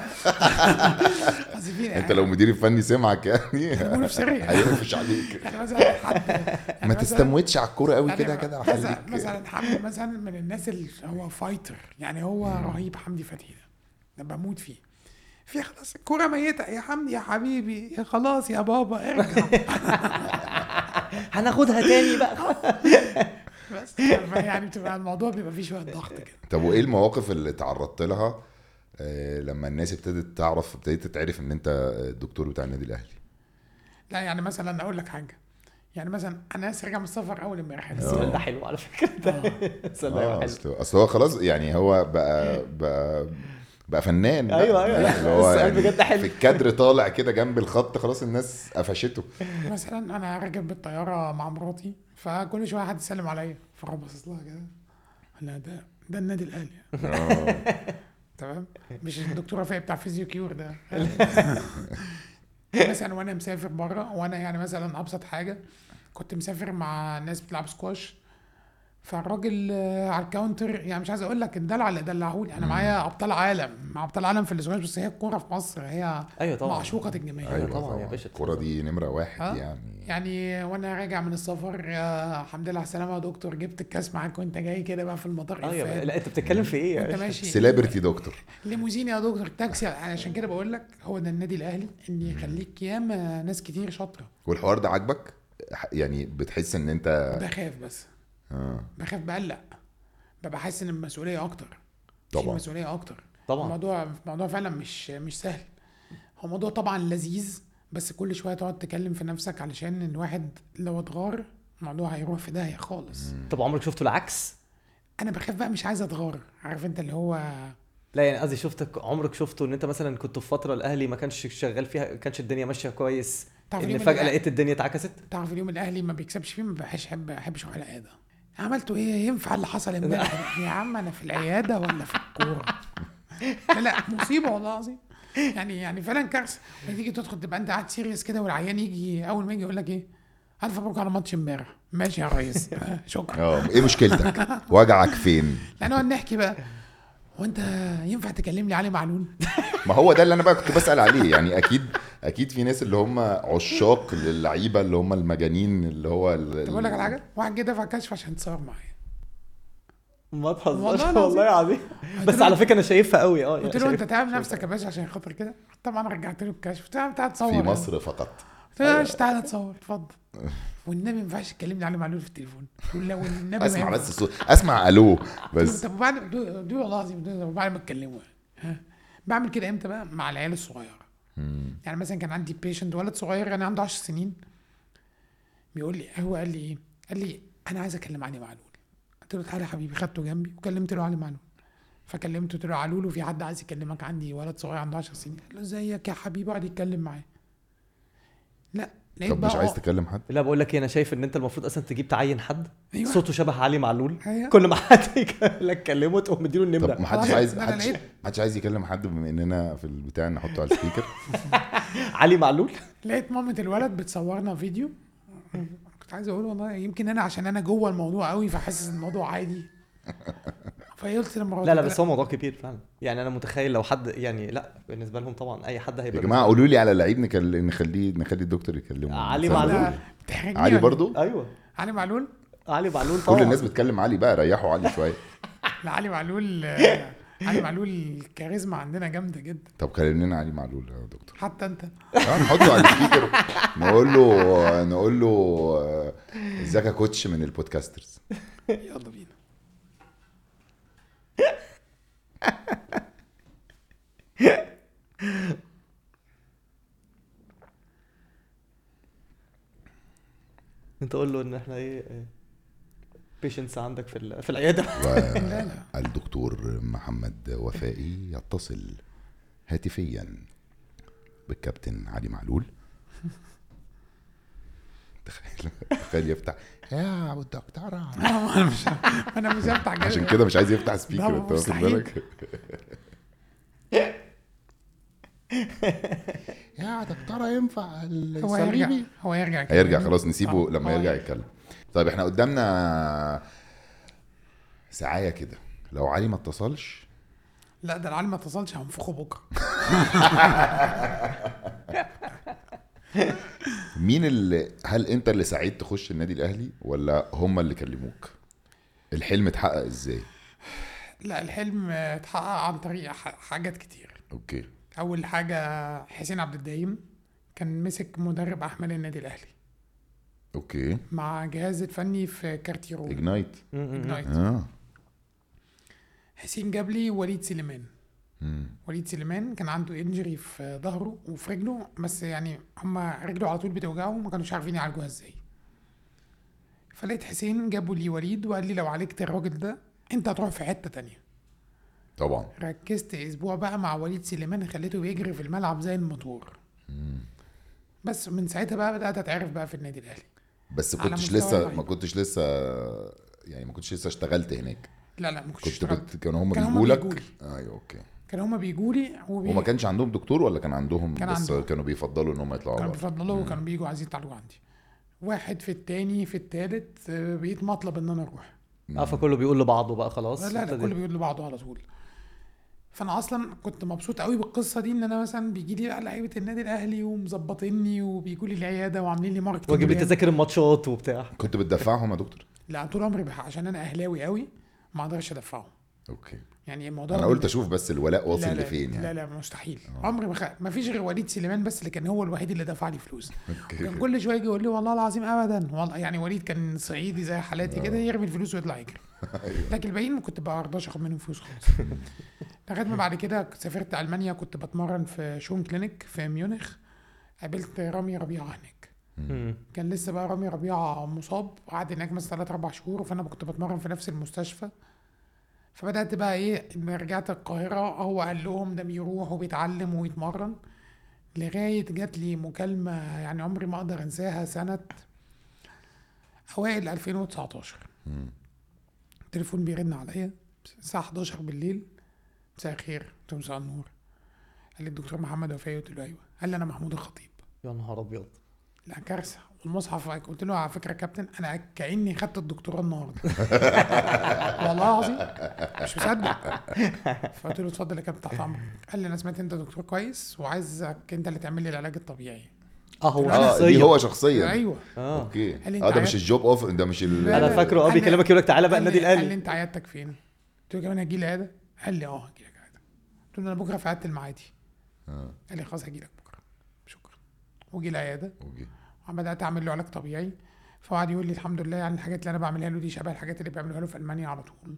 S1: انت لو مدير الفني سمعك يعني
S3: بقول في سري
S1: هيقفش عليك.
S3: يعني مثلا حد
S1: ما تستموتش على الكوره قوي كده كده
S3: مثلا حمدي مثلا من الناس اللي هو فايتر يعني، هو رهيب حمدي فتحي ده، انا بموت فيه. في خلاص الكوره ميته يا حمدي يا حبيبي، يا خلاص يا بابا ارجع.
S2: هناخدها تاني بقى.
S3: بس يعني بتبقى الموضوع بيبقى فيه شويه ضغط كده.
S1: طب وايه المواقف اللي تعرضت لها لما الناس ابتدت تعرف ان انت الدكتور بتاع النادي الاهلي؟
S3: لا يعني مثلا اقول لك حاجه، يعني مثلا انا لسه راجع من السفر اول امبارح.
S2: السؤال ده حلو على فكره. ده حلو.
S1: اصل هو خلاص يعني هو بقى فنان.
S2: ايوه
S1: اللي هو
S2: السؤال
S1: يعني
S2: بجد حلو.
S1: في الكادر طالع كده جنب الخط خلاص الناس قفشته.
S3: مثلا انا راكب بالطياره مع مراتي، فكل شويه حد يسلم عليا فاروح باصص لها كده، لا ده النادي الاهلي. تمام، مش الدكتور رفيق بتاع فيزيو كيور ده. مثلا وانا مسافر بره، وانا يعني مثلا ابسط حاجه كنت مسافر مع ناس بتلعب سكواش، فالراجل على الكاونتر يعني مش عايز اقول لك الدلع اللي دلعهولي، انا معايا ابطال عالم في السكواش، بس هي الكوره في مصر هي
S2: ايوه طبعا
S3: معشوقه الجماهير.
S1: ايوه
S2: طبعا يا باشا،
S1: الكوره دي نمره واحد
S3: يعني وانا راجع من السفر الحمد لله على السلامه يا دكتور، جبت الكاس معاك وانت جاي كده بقى في المطار.
S2: ايوه لا انت بتتكلم في ايه
S3: انت ماشي
S1: سيلبرتي دكتور،
S3: ليموزين يا دكتور، تاكسي. عشان كده بقول لك هو ده النادي الاهلي، ان يخليك ياما ناس كتير شاطره.
S1: والحوار ده عاجبك يعني؟ بتحس ان انت
S3: بخاف بس بخاف بقلق، ببقى حاسس ان المسؤوليه اكتر.
S1: طبعا
S3: المسؤوليه اكتر
S2: طبعا.
S3: الموضوع فعلا مش سهل. هو موضوع طبعا لذيذ، بس كل شويه تقعد تكلم في نفسك علشان الواحد لو اتغار الموضوع هيروح في داهيه خالص.
S2: طب عمرك شفته العكس؟
S3: انا بخاف بقى، مش عايز اتغار، عارف انت اللي هو.
S2: لا يعني قصدي عمرك شفته ان انت مثلا كنت في فتره الاهلي ما كانش شغال فيها، كانش الدنيا ماشيه كويس، ان فجاه لقيت الدنيا اتعكست؟
S3: تعرف اليوم الاهلي ما بيكسبش فيه، ما بحبش اروح العياده. عملتوا ايه ينفع اللي حصل امبارح؟ يا عم انا في العياده ولا في الكوره؟ لا مصيبه والله العظيم. يعني فعلا كارثه. تيجي تدخل تبقى انت قاعد سيريس كده، والعيان يجي اول ما يجي يقول لك ايه، الف مبروك على ماتش امبارح. ماشي يا ريس شكرا.
S1: ايه مشكلتك؟ وجعك فين؟
S3: لا نقعد نحكي بقى، هو انت ينفع تكلمني علي معلول؟
S1: ما هو ده اللي انا بقى كنت بسأل عليه. يعني اكيد في ناس اللي هم عشاق للعيبه اللي هم المجانين اللي هو
S3: طب اقول لك على حاجه، واحد جه دفع كشف عشان تصور معايا.
S2: ما تهزرش والله العظيم. بس على فكره انا شايفها قوي.
S3: قلت له انت تعب نفسك يا باشا عشان خاطر كده. طبعا رجعت له الكشف، تعال تصور
S1: في مصر فقط.
S3: قلت له تعالى تصور اتفضل. والنبي ما ينفعش تكلمني علي معلول في التليفون. ولا والنبي
S1: اسمع بس الصوت، اسمع الو بس.
S3: طب وبعد دول والله العظيم وبعد ما اتكلموا بعمل كده امتى بقى؟ مع العيال الصغيره. يعني مثلا كان عندي بيشنت ولد صغير يعني عنده 10 سنين، بيقول لي هو قال لي ايه؟ قال لي انا عايز اكلم علي معلول. قلت له تعالى يا حبيبي، خدته جنبي وكلمت له علي معلول. فكلمته قلت له علول وفي حد عايز يكلمك، عندي ولد صغير عنده 10 سنين. قال له ازيك يا حبيبي، قعد يتكلم معاه. لا
S1: طب مش عايز تكلم حد؟
S2: لا بقول لك ايه، انا شايف ان انت المفروض اصلا تجيب تعين حد
S3: أيوة.
S2: صوته شبه علي معلول.
S3: أيوة.
S2: كل ما حد لك كلمه تقوم مديله النمره.
S1: طب ما حدش عايز يكلم حد بما اننا في البتاع نحطه على السبيكر.
S2: علي معلول.
S3: لقيت مامة الولد بتصورنا فيديو، كنت عايز اقول والله يمكن انا عشان انا جوه الموضوع قوي فحاسس الموضوع عادي. فقلت لمراتي
S2: لا بس هو موضوع كبير فعلا. يعني انا متخيل لو حد يعني لا بالنسبه لهم طبعا اي حد هيبقى.
S1: يا جماعه قولوا لي على لعيب نخلي الدكتور يكلمه.
S2: علي معلول.
S1: علي برضو.
S2: ايوه
S3: علي معلول
S2: طبعا.
S1: كل الناس بتكلم علي بقى، ريحوا علي شويه.
S3: لا علي معلول الكاريزما عندنا جامده جدا.
S1: طب كلمنا علي معلول يا دكتور.
S3: حتى انت
S1: نحطه على السبيكر نقول له ازيك يا كوتش من البودكاسترز.
S3: يلا بينا.
S2: انت قول له ان احنا ايه بيشنس عندك في العياده.
S1: الدكتور محمد وفائي يتصل هاتفيا بالكابتن علي معلول تخيل يفتح يا ابو الدكتوره.
S3: انا مش هفتح كده.
S1: عشان كده مش عايز يفتح سبيكر،
S3: لا،
S1: انت واخد
S3: مستحيل.
S1: بالك؟ يا دكتوره ينفع
S3: هو يرجع
S1: الصليبي؟
S3: كده.
S1: هيرجع خلاص، نسيبه لما
S3: هو
S1: يرجع يتكلم. طيب احنا قدامنا ساعة كده، لو علي ما اتصلش.
S3: لا ده العالم ما اتصلش هنفخه بكره.
S1: مين اللي، هل انت اللي سعيد تخش النادي الاهلي ولا هم اللي كلموك؟ الحلم اتحقق ازاي؟
S3: لا الحلم اتحقق عن طريق حاجات كتير.
S1: اوكي.
S3: اول حاجه حسين عبد الدايم كان مسك مدرب احمال النادي الاهلي
S1: اوكي.
S3: مع جهاز الفني في كارتيرون
S1: اجنايت.
S3: إجنايت. حسين جاب لي وليد سليمان. وليد سليمان كان عنده انجري في ظهره وفي رجله، بس يعني هما رجله على طول بتوجعه وما كانوش عارفين يعالجوها ازاي. فلقيت حسين جابوا لي وليد وقال لي لو عالجت الراجل ده انت هتروح في حته تانية.
S1: طبعا.
S3: ركزت اسبوع بقى مع وليد سليمان، خليته بيجري في الملعب زي الموتور. بس من ساعتها بقى بدات اتعرف بقى في النادي الاهلي.
S1: بس
S3: على
S1: كنتش
S3: مستوى
S1: لسه
S3: اللعيبة.
S1: ما كنتش لسه يعني ما كنتش لسه اشتغلت هناك؟
S3: لا ما كنتش
S1: كنت
S3: اشتغلت.
S1: كانوا هم
S3: كانوا
S1: بيجوا
S3: هما
S1: لك؟ ايوه اوكي.
S3: كانوا هما بيجوا لي
S1: وما كانش عندهم دكتور ولا كان عندهم؟
S3: كان
S1: بس
S3: عندهم.
S1: كانوا بيفضلوا ان هم يطلعوا
S3: كانوا
S1: بره.
S3: بيفضلوا وكانوا بيجوا عايزين يتعالجوا عندي. واحد في التاني في التالت بقيت مطلب ان انا اروح.
S2: فكله بيقول لبعضه بقى خلاص.
S3: لا كله بيقول لبعضه على طول. فانا اصلا كنت مبسوط قوي بالقصه دي، ان انا مثلا بيجي لي لعيبه النادي الاهلي ومظبطيني وبيجوا لي العياده وعاملين لي ماركتنج
S2: واجيب التذاكر الماتشات وبتاع.
S1: كنت بتدفعهم يا دكتور؟
S3: لا طول عمري عشان انا اهلاوي قوي ما اقدرش ادفعهم.
S1: اوكي.
S3: يعني الموضوع
S1: انا قلت اشوف بس الولاء واصل
S3: لا
S1: لفين يعني.
S3: لا مستحيل. عمري ما فيش غير وليد سليمان بس اللي كان هو الوحيد اللي دفع لي فلوس. كان كل شويه يجي يقول لي والله العظيم ابدا، والله يعني وليد كان صعيدي زي حالاتي كده، يرمي الفلوس ويطلع يجري. لكن الباقيين ما كنت برضاش اخد منهم فلوس خالص. لغايه ما بعد كده سافرت المانيا، كنت بتمرن في شون كلينيك في ميونخ. قابلت رامي ربيعه هناك. كان لسه بقى رامي ربيعه مصاب، قعد هناك مثلا 3-4 شهور، فانا كنت بتمرن في نفس المستشفى. فبدات بقى ايه، لما رجعت القاهره هو قال لهم ده بيروح وبيتعلم ويتمرن. لغايه جات لي مكالمه يعني عمري ما اقدر انساها، سنه اوائل 2019. التليفون بيرن عليا الساعه 11 بالليل. مساء الخير. قلت له مساء النور. قال لي الدكتور محمد وفاء. قلت له ايوه. قال لي انا محمود الخطيب.
S2: يا نهار ابيض.
S3: لا كارثه. والمصحف. قلت له على فكره يا كابتن انا كاني خدت الدكتوراه النهارده. والله العظيم مش مصدق. فقلت له اتفضل يا كابتن تحت امرك. قال لي انا سمعت انت دكتور كويس وعايزك انت اللي تعمل لي العلاج الطبيعي.
S2: هو
S1: دي
S2: شخصيا.
S1: هو شخصيا.
S3: ايوه.
S1: اوكي.
S3: قال لي
S1: ده مش الجوب اوف، ده مش
S2: انا فاكره بيكلمك يقول لك تعالى بقى النادي
S3: قال لي
S2: الاهلي.
S3: انت عيادتك فين؟ قلت له كمان هجي لي عياده. قال لي هجي لك عياده. قلت له انا بكره في عياده المعادي. قال لي خلاص هجي لك بكره. شكرا. وجي العياده. وبدات اعمل له علاج طبيعي. فقعد يقول لي الحمد لله يعني الحاجات اللي انا بعملها له دي شبه الحاجات اللي بيعملوها له في المانيا على طول.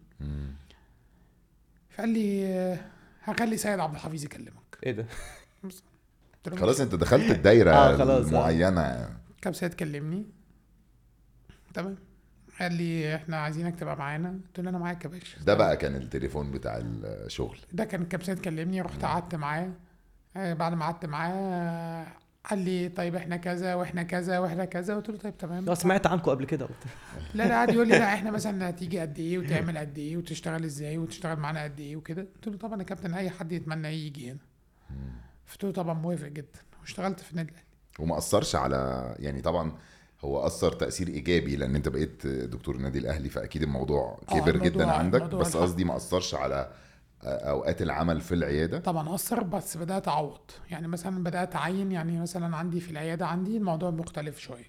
S3: فقال لي هخلي سيد عبد الحفيظ يكلمك.
S2: ايه ده؟
S1: خلاص انت دخلت الدايره المعينه.
S3: كاب سيد كلمني. تمام. قال لي احنا عايزينك تبقى معانا. قلت له انا معاك يا باشا.
S1: ده بقى كان التليفون بتاع الشغل.
S3: ده كان كاب سيد كلمني. رحت قعدت معاه. بعد ما قعدت معاه قال لي طيب احنا كذا واحنا كذا واحنا كذا. قلت له طيب تمام.
S2: سمعت عنكم قبل كده.
S3: لا قعد يقول لي لا احنا مثلا هتيجي قد ايه وتعمل قد ايه وتشتغل ازاي وتشتغل معانا قد ايه وكده. قلت له طبعا يا كابتن اي حد يتمنى يجي هنا. قلت له طبعا موافق جدا. واشتغلت في النادي الاهلي.
S1: وما اثرش على يعني طبعا هو اثر تاثير ايجابي لان انت بقيت دكتور النادي الاهلي، فاكيد الموضوع كبر جدا عندك. بس قصدي ما اثرش على اوقات العمل في العياده.
S3: طبعا اثر، بس بدات اعوض. يعني مثلا بدات اعين. يعني مثلا عندي في العياده عندي الموضوع مختلف شويه.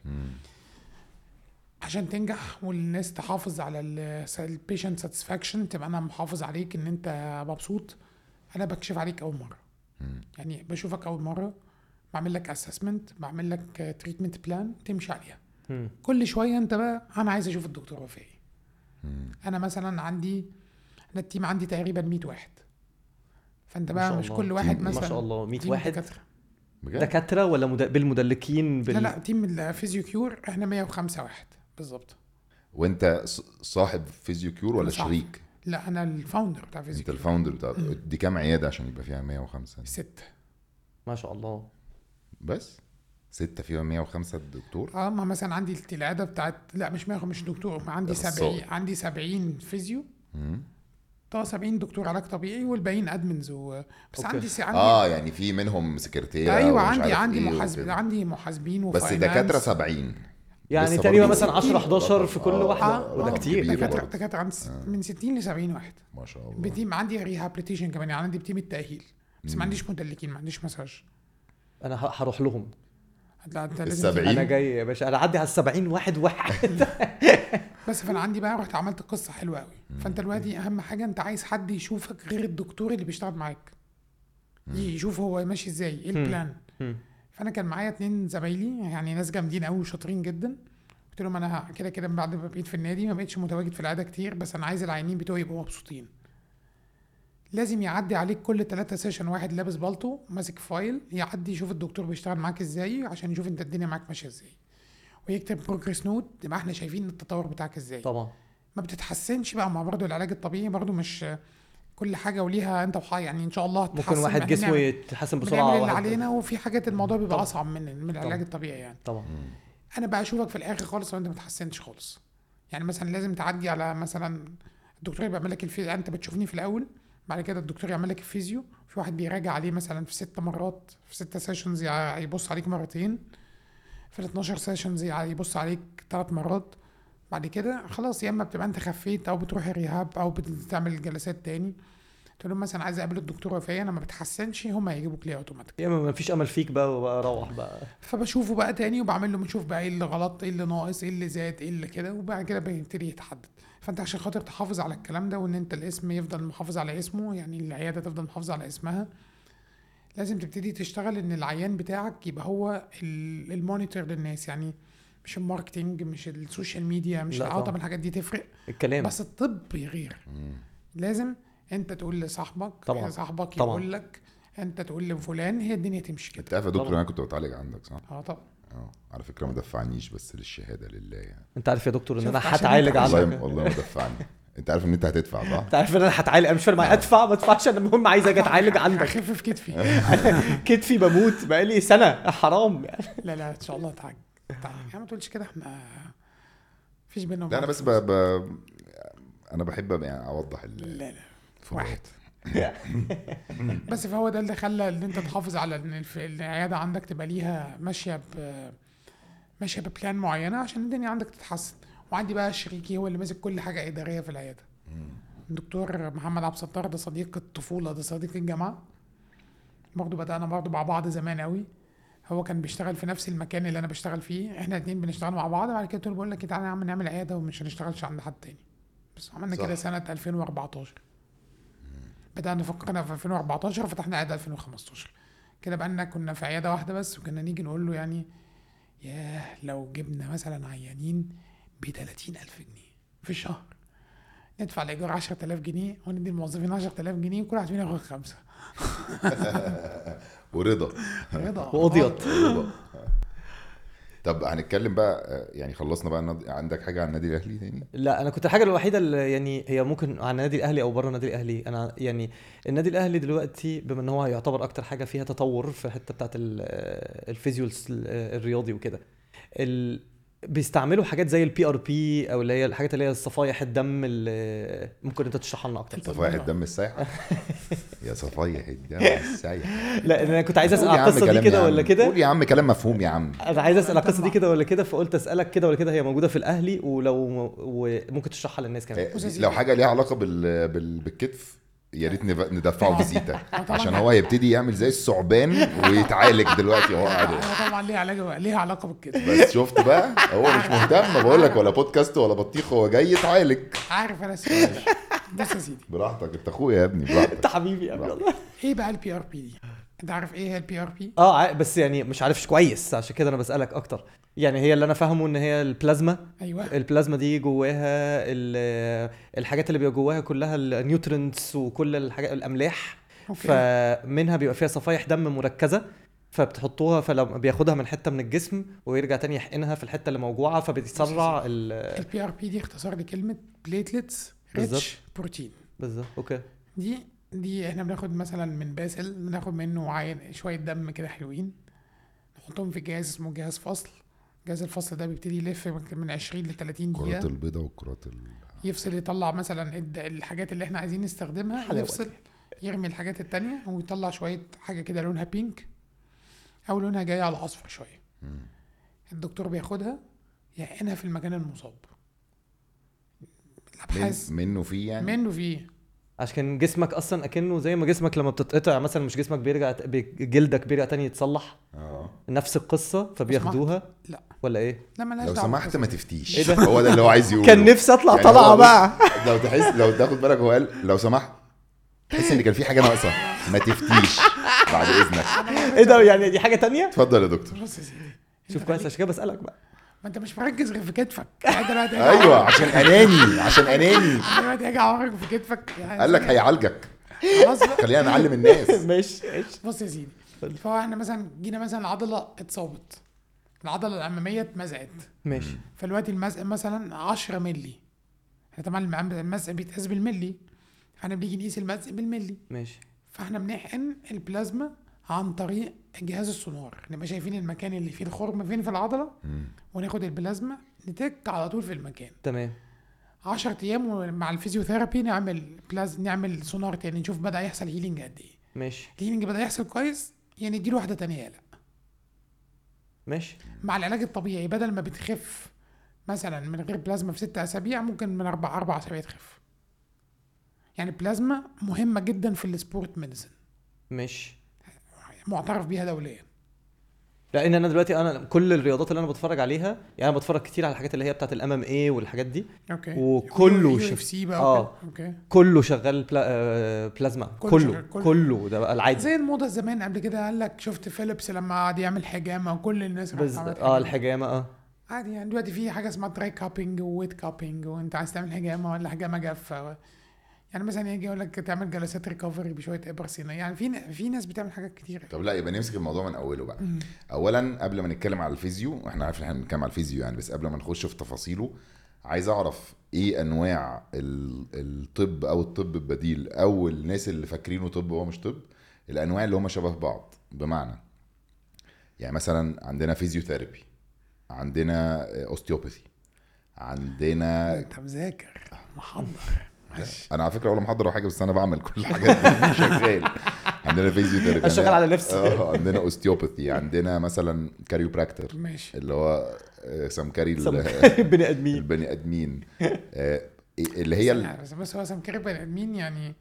S3: عشان تنجح والناس تحافظ على البيشنت ساتسفاكشن، تبقى انا محافظ عليك ان انت مبسوط. انا بكشف عليك اول مره. يعني بشوفك اول مره، بعمل لك اسسمنت، بعمل لك تريتمنت بلان تمشي عليها. كل شويه انت بقى انا عايز اشوف الدكتور وفاء. انا مثلا عندي انا التيم عندي تقريبا 100 واحد. فانت بقى مش كل واحد مثلا
S2: ما شاء الله 100 واحد دكاتره ولا بالمدلكين
S3: لا تيم الفيزيو كيور احنا 105 واحد بالظبط.
S1: وانت صاحب فيزيو كيور ولا شريك؟
S3: لا انا الفاوندر بتاع فيزيو كيور.
S1: انت الفاوندر بتاع دي كام عياده عشان يبقى فيها 105؟
S3: 6.
S2: ما شاء الله.
S1: بس 6 فيهم 105 الدكتور.
S3: ما مثلا عندي العياده بتاعت، لا مش 100، مش دكتور، عندي 70، عندي 70 فيزيو، 70 دكتور علاج طبيعي والباقيين ادمنز بس
S2: أوكي.
S3: عندي
S1: يعني في منهم سكرتيره.
S3: ايوه عندي محاسب، عندي محاسبين
S1: بس
S3: وفاينانس.
S1: دكاتره 70
S2: يعني
S1: لسه
S2: تقريبا
S1: برضه
S2: مثلا 10 11 في كل واحده، وده كتير.
S1: كبير
S3: دكاتره
S1: برضه.
S3: دكاتره عندي من 60 ل 70 واحد
S1: ما شاء الله.
S3: بتيم. عندي ريهابيليتيشن كمان، يعني عندي بتيم التاهيل، بس ما عنديش مدلكين، ما عنديش مساج.
S2: انا هروح لهم.
S1: السبعين؟
S2: انا جاي يا باشا، انا اعدي على 70 واحد.
S3: بس فانا عندي بقى رحت عملت قصه حلوه قوي. فانت دلوقتي اهم حاجه انت عايز حد يشوفك غير الدكتور اللي بيشتغل معاك، يشوف هو ماشي ازاي، ايه البلان. فانا كان معايا 2 زمايلي يعني ناس جامدين قوي وشاطرين جدا. قلت لهم انا كده كده بعد ما بقيت في النادي ما بقيتش متواجد في العياده كتير، بس انا عايز العيانين بتوعي يبقوا مبسوطين. لازم يعدي عليك كل 3 سيشن واحد لابس بالطو ماسك فايل، يعدي يشوف الدكتور بيشتغل معاك ازاي عشان يشوف انت الدنيا معاك ماشيه ازاي، ويكتب بروجرس نوت يبقى احنا شايفين التطور بتاعك ازاي.
S2: طبعا
S3: ما بتتحسنش بقى مع برضه العلاج الطبيعي، برضه مش كل حاجه وليها انت يعني ان شاء الله
S2: ممكن واحد جسمه يتحسن بسرعه،
S3: بنعمل اللي علينا، وفي حاجات الموضوع بيبقى
S2: طبعا.
S3: اصعب من العلاج الطبيعي يعني.
S2: طبعا.
S3: انا بقى اشوفك في الاخر خالص لو انت ما تحسنتش خالص. يعني مثلا لازم تعدي على مثلا الدكتور يبقى يعمل لك الفيزيو، انت بتشوفني في الاول، بعد كده الدكتور يعمل لك الفيزيو، في واحد بيراجع عليه مثلا في 6 مرات، في 6 سيشنز يبص عليك مرتين، في 12 سيشنز يبص عليك 3 مرات. بعد كده خلاص يا اما بتبقى انت خفيت او بتروح الريهاب او بتعمل جلسات تاني. تقول لهم مثلا عايز اقابل الدكتور وفيه، انا ما بتحسنش، هم هيجيبوك ليه اوتوماتيك،
S2: يا اما ما فيش امل فيك بقى وبقى روح بقى.
S3: فبشوفه بقى تاني وبعمل له بنشوف بقى ايه اللي غلط، ايه اللي ناقص، ايه اللي زاد، ايه اللي كده، وبعد كده بيبتدي يتحدد. فانت عشان خاطر تحافظ على الكلام ده، وان انت الاسم يفضل محافظ على اسمه، يعني العياده تفضل محافظه على اسمها، لازم تبتدي تشتغل ان العيان بتاعك يبقى هو المونيتور للناس. يعني مش الماركتينج، مش السوشيال ميديا، مش طبعا الحاجات دي تفرق
S2: الكلام،
S3: بس الطب غير. لازم انت تقول لصاحبك،
S2: طبعا.
S3: صاحبك
S2: طبعا.
S3: يقول لك، انت تقول لفلان، هي الدنيا تمشي كده.
S1: انت عارف يا دكتور انا كنت بتعالج عندك صح؟
S3: طبعا.
S1: على فكره ما دفعنيش، بس للشهاده لله يعني.
S2: انت عارف يا دكتور ان انا
S3: عشان
S2: هتعالج
S1: والله والله ما دفعني. انت عارف ان انت هتدفع صح؟
S2: انت عارف ان انا هتعالج، انا مش فارق معايا ادفع ما ادفعش، انا المهم عايز اجي اتعالج عندك.
S3: اخف في كتفي.
S2: كتفي بموت بقالي سنه، حرام يعني.
S3: لا ان شاء الله تعالج يعني، ما تقولش كده، احنا مفيش بينا.
S1: لا انا بس انا بحب يعني اوضح
S3: لا واحد. بس فهو ده اللي خلى ان انت تحافظ على ان العياده عندك تبقى ليها ماشيه ببلان معينه عشان الدنيا عندك تتحسن. وعندي بقى شريكي هو اللي ماسك كل حاجه اداريه في العياده، الدكتور محمد عبد الستار، ده صديق الطفوله، ده صديق الجامعه برضه، بدأنا برضه مع بعض زمان قوي. هو كان بيشتغل في نفس المكان اللي انا بشتغل فيه، احنا الاثنين بنشتغل مع بعض. بعد كده قلت له بقول لك تعالى يا عم نعمل عياده ومش هنشتغلش عند حد تاني، بس عملنا كده سنه 2014. بدأنا فكرنا في 2014 وفتحنا عياده 2015 كده. بقالنا كنا في عياده واحده بس، وكنا نيجي نقول له يعني ياه لو جبنا مثلا عيانين ب30,000 جنيه في الشهر، ندفع الإيجار 10,000 جنيه وندي الموظفين 10,000 جنيه وكل واحد فينا ياخد 5.
S1: ورضا
S2: وقضيت.
S1: طب هنتكلم بقى يعني، خلصنا بقى عندك حاجه عن النادي الاهلي تاني؟
S2: لا انا كنت الحاجه الوحيده اللي يعني هي ممكن عن النادي الاهلي او بره النادي الاهلي. انا يعني النادي الاهلي دلوقتي بما ان هو يعتبر اكتر حاجه فيها تطور في الحته بتاعه الفيزيول الرياضي وكده، بيستعملوا حاجات زي البي ار بي او اللي هي الحاجات اللي هي صفايح الدم، اللي ممكن انت تشرح لنا اكتر.
S1: صفايح الدم السايحه. يا صفايح الدم السايحه.
S2: لا انا كنت عايز اسال على القصه دي كده ولا كده.
S1: قول يا عم كلام مفهوم يا عم.
S2: انا عايز اسال على القصه دي كده ولا كده، فقلت اسالك كده ولا كده. هي موجوده في الاهلي وممكن تشرحها للناس كمان.
S1: لو حاجه ليها علاقه بالكتف يا ريت ندفعه فيزيتا عشان هو يبتدي يعمل زي الثعبان ويتعالج دلوقتي وهو قاعد.
S3: طبعا ليها علاقه بالكتف.
S1: بس شفت بقى هو مش مهتم، بقول لك ولا بودكاست ولا بطيخ، هو جاي يتعالج.
S3: عارف انا بس يا سيدي
S1: براحتك، انت اخويا يا ابني، براحتك.
S2: انت حبيبي يا ابني والله.
S3: ايه بقى البي ار بي دي؟ انت عارف ايه هي البي ار بي؟
S2: بس يعني مش عارفش كويس، عشان كده انا بسالك اكتر. يعني هي اللي انا فاهمه ان هي البلازما.
S3: ايوه
S2: البلازما دي جواها الحاجات اللي بيبقى جواها كلها النيوترينتس وكل الحاجات الاملاح. أوكي. فمنها بيبقى فيها صفائح دم مركزه، فبتحطوها فلما بياخدها من حته من الجسم ويرجع تاني يحقنها في الحته اللي موجوعه، فبتسرع
S3: البي ار بي دي اختصار لكلمه بليتلتس ريتش بروتين.
S2: بالظبط. اوكي. دي
S3: احنا بناخد مثلا من باسل، بناخد منه شويه دم كده حلوين، نحطهم في جهاز اسمه جهاز فصل. جهاز الفصل ده بيبتدي يلف من 20 ل 30
S1: كرات
S3: دقيقه،
S1: البيضاء والكرات
S3: يفصل يطلع مثلا الحاجات اللي احنا عايزين نستخدمها،
S2: حلاوة.
S3: يفصل يرمي الحاجات التانية ويطلع شويه حاجه كده لونها بينك او لونها جاي على اصفر شويه. الدكتور بياخدها يحقنها في المكان المصاب. الابحاث
S1: منه فيه يعني
S3: منه فيه
S2: عشان جسمك اصلا اكنه زي ما جسمك لما بتتقطع مثلا، مش جسمك بيرجع جلدك بيرجع تاني يتصلح، نفس القصه فبياخدوها.
S3: لا
S2: ولا ايه؟
S3: لا مالهاش
S1: لو
S3: دعوة
S1: سمحت
S3: بالقصة.
S1: ما تفتيش.
S2: إيه ده؟
S1: هو ده اللي هو عايز يقوله.
S2: كان نفسي اطلع
S1: يعني
S2: طلعه
S1: هو بص،
S2: بقى.
S1: لو تاخد بالك هو قال لو سمحت، تحس ان كان في حاجه ناقصه، ما تفتيش بعد اذنك.
S2: ايه ده يعني؟ دي حاجه تانية.
S1: اتفضل يا دكتور.
S3: بص يا سيدي،
S2: شوف كويس عشان كده بسالك بقى.
S3: ما انت مش مركز غير في كتفك يعني دلوقتي
S1: ايوه عشان اناني، عشان اناني.
S3: دلوقتي هاجي اعورك في كتفك يعني
S1: قال لك هيعالجك،
S3: خلاص بقى.
S1: خلينا نعلم الناس.
S2: ماشي.
S3: بص يا سيدي، فهو احنا مثلا جينا مثلا العضله اتصابت، العضله الاماميه اتمزقت،
S2: ماشي.
S3: فالوقت المزق مثلا 10 مللي. احنا طبعا المزق بيتقاس بالملي، فاحنا بنيجي نقيس المزق بالملي.
S2: ماشي.
S3: فاحنا بنحقن البلازما عن طريق جهاز السونار، نبقى شايفين المكان اللي فيه الخرم فين في العضله، وناخد البلازما نتك على طول في المكان.
S2: تمام.
S3: 10 ايام مع الفيزيوثيرابي نعمل سونار تاني، نشوف بدا يحصل هيلينج قد ايه.
S2: ماشي.
S3: الهيلينج بدا يحصل كويس يعني اديله واحده تانية. لا
S2: ماشي.
S3: مع العلاج الطبيعي بدل ما بتخف مثلا من غير بلازما في 6 اسابيع، ممكن من 4 اسابيع تخف. يعني البلازما مهمه جدا في السبورت ميديسن،
S2: ماشي.
S3: معترف بيها دوليا.
S2: لان انا دلوقتي انا كل الرياضات اللي انا بتفرج عليها، يعني انا بتفرج كتير على الحاجات اللي هي بتاعت الام ام اي والحاجات دي.
S3: اوكي.
S2: وكله
S3: UFC بقى اوكي.
S2: كله شغال بلازما. كله ده بقى العادي.
S3: زي الموضه زمان قبل كده، قال لك شفت فيليبس لما قعد يعمل حجامه وكل الناس
S2: الحجامه
S3: عادي. يعني دلوقتي في حاجه اسمها دراي كابينج وويت كابينج، وانت عايز تعمل حجامه ولا حجامه جافه. يعني مثلا يجي يقول لك تعمل جلسات ريكفري بشويه ابر سينيه. يعني في ناس بتعمل حاجات كتير.
S1: طب لا، يبقى نمسك الموضوع من اوله بقى. اولا قبل ما نتكلم على الفيزيو، احنا عارفين احنا بنتكلم على الفيزيو يعني، بس قبل ما نخش في تفاصيله عايز اعرف ايه انواع الطب او الطب البديل او الناس اللي فاكرينه طب وهو مش طب، الانواع اللي هم شبه بعض. بمعنى يعني مثلا عندنا فيزيوثيرابي، عندنا اوستيوباثي، عندنا
S3: انت مذاكر محضر.
S1: انا على فكره ولا محضر ولا حاجه، بس انا بعمل كل الحاجات دي شغال. عندنا فيزيوثيرابي،
S2: اشتغل على نفسي.
S1: عندنا اوستيوباثي، عندنا مثلا كاريوبراكتور
S3: ماشي،
S1: اللي هو سمكري
S2: البني ادمين.
S1: البني ادمين اللي هي
S3: بس هو سمكري البني ادمين يعني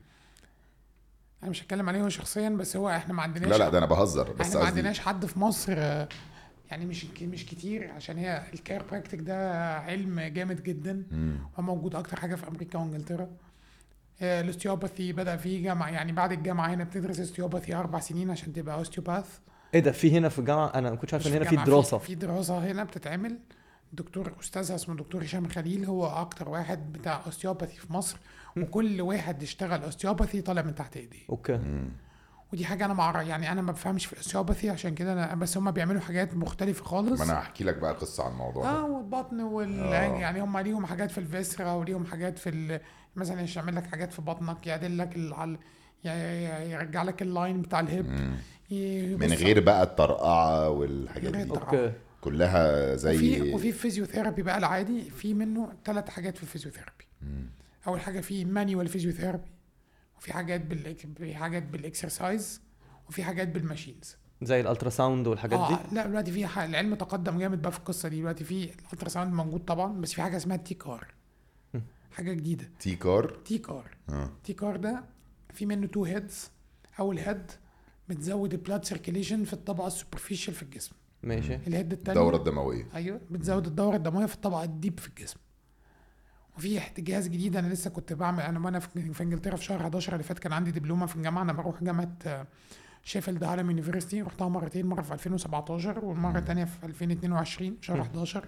S3: انا مش هتكلم عليه هو شخصيا، بس هو احنا ما عندناش.
S1: لا ده انا بهزر بس.
S3: احنا ما عندناش حد في مصر يعني مش كتير، عشان هي الكايروبراكتيك ده علم جامد جدا وموجود اكتر حاجه في امريكا وانجلترا. الاستيوباثي بدا فيه جامعه، يعني بعد الجامعه هنا بتدرس استيوباثي 4 سنين عشان تبقى اوستيوباث.
S2: ايه ده؟ في هنا في الجامعه؟ انا ما كنتش عارف ان هنا في دراسه.
S3: في دراسه هنا بتتعمل. دكتور استاذها اسمه دكتور هشام خليل، هو اكتر واحد بتاع اوستيوباثي في مصر، وكل واحد اشتغل اوستيوباثي طالع من تحت ايديه.
S2: اوكي.
S3: ودي حاجه انا يعني انا ما بفهمش في الاوستيوباثي، عشان كده انا بس هم بيعملوا حاجات مختلفه خالص.
S1: ما انا هحكي لك بقى قصه عن الموضوع ده.
S3: والبطن يعني هم ليهم حاجات في الفيسرا، وليهم حاجات في مثلا يعمل لك حاجات في بطنك، يعدل لك يرجع لك اللاين بتاع الهيب
S1: من غير بقى الطرقعه والحاجات دي.
S2: اوكي.
S1: كلها زي
S3: وفي فيزيوثيرابي بقى العادي، في منه 3 حاجات في الفيزيوثيرابي. اول حاجه في مانيوال فيزيوثيرابي، وفي حاجات بالاكسرسايز، وفي حاجات بالماشينز
S2: زي الالتراساوند والحاجات دي.
S3: لا دلوقتي في العلم تقدم جامد بقى في القصه دي. دلوقتي في الالتراساوند موجود طبعا، بس في حاجه اسمها تيكار، حاجه جديده. تيكار ده في منه 2 هيدز. اول هيد بتزود البلاد سيركيليشن في الطبقه السوبرفيشال في الجسم.
S2: ماشي.
S3: الهيد الثانيه
S1: الدوره الدمويه.
S3: ايوه، بتزود الدوره الدمويه في الطبقه الديب في الجسم. وفي جهاز جديد انا لسه كنت بعمل، وانا في انجلترا في شهر 11 اللي فات كان عندي دبلومه في الجامعه. انا بروح جامعه شيفيلد هالم يونيفرسيتي، رحتها مرتين، مره في 2017 والمره الثانيه في 2022 شهر 11.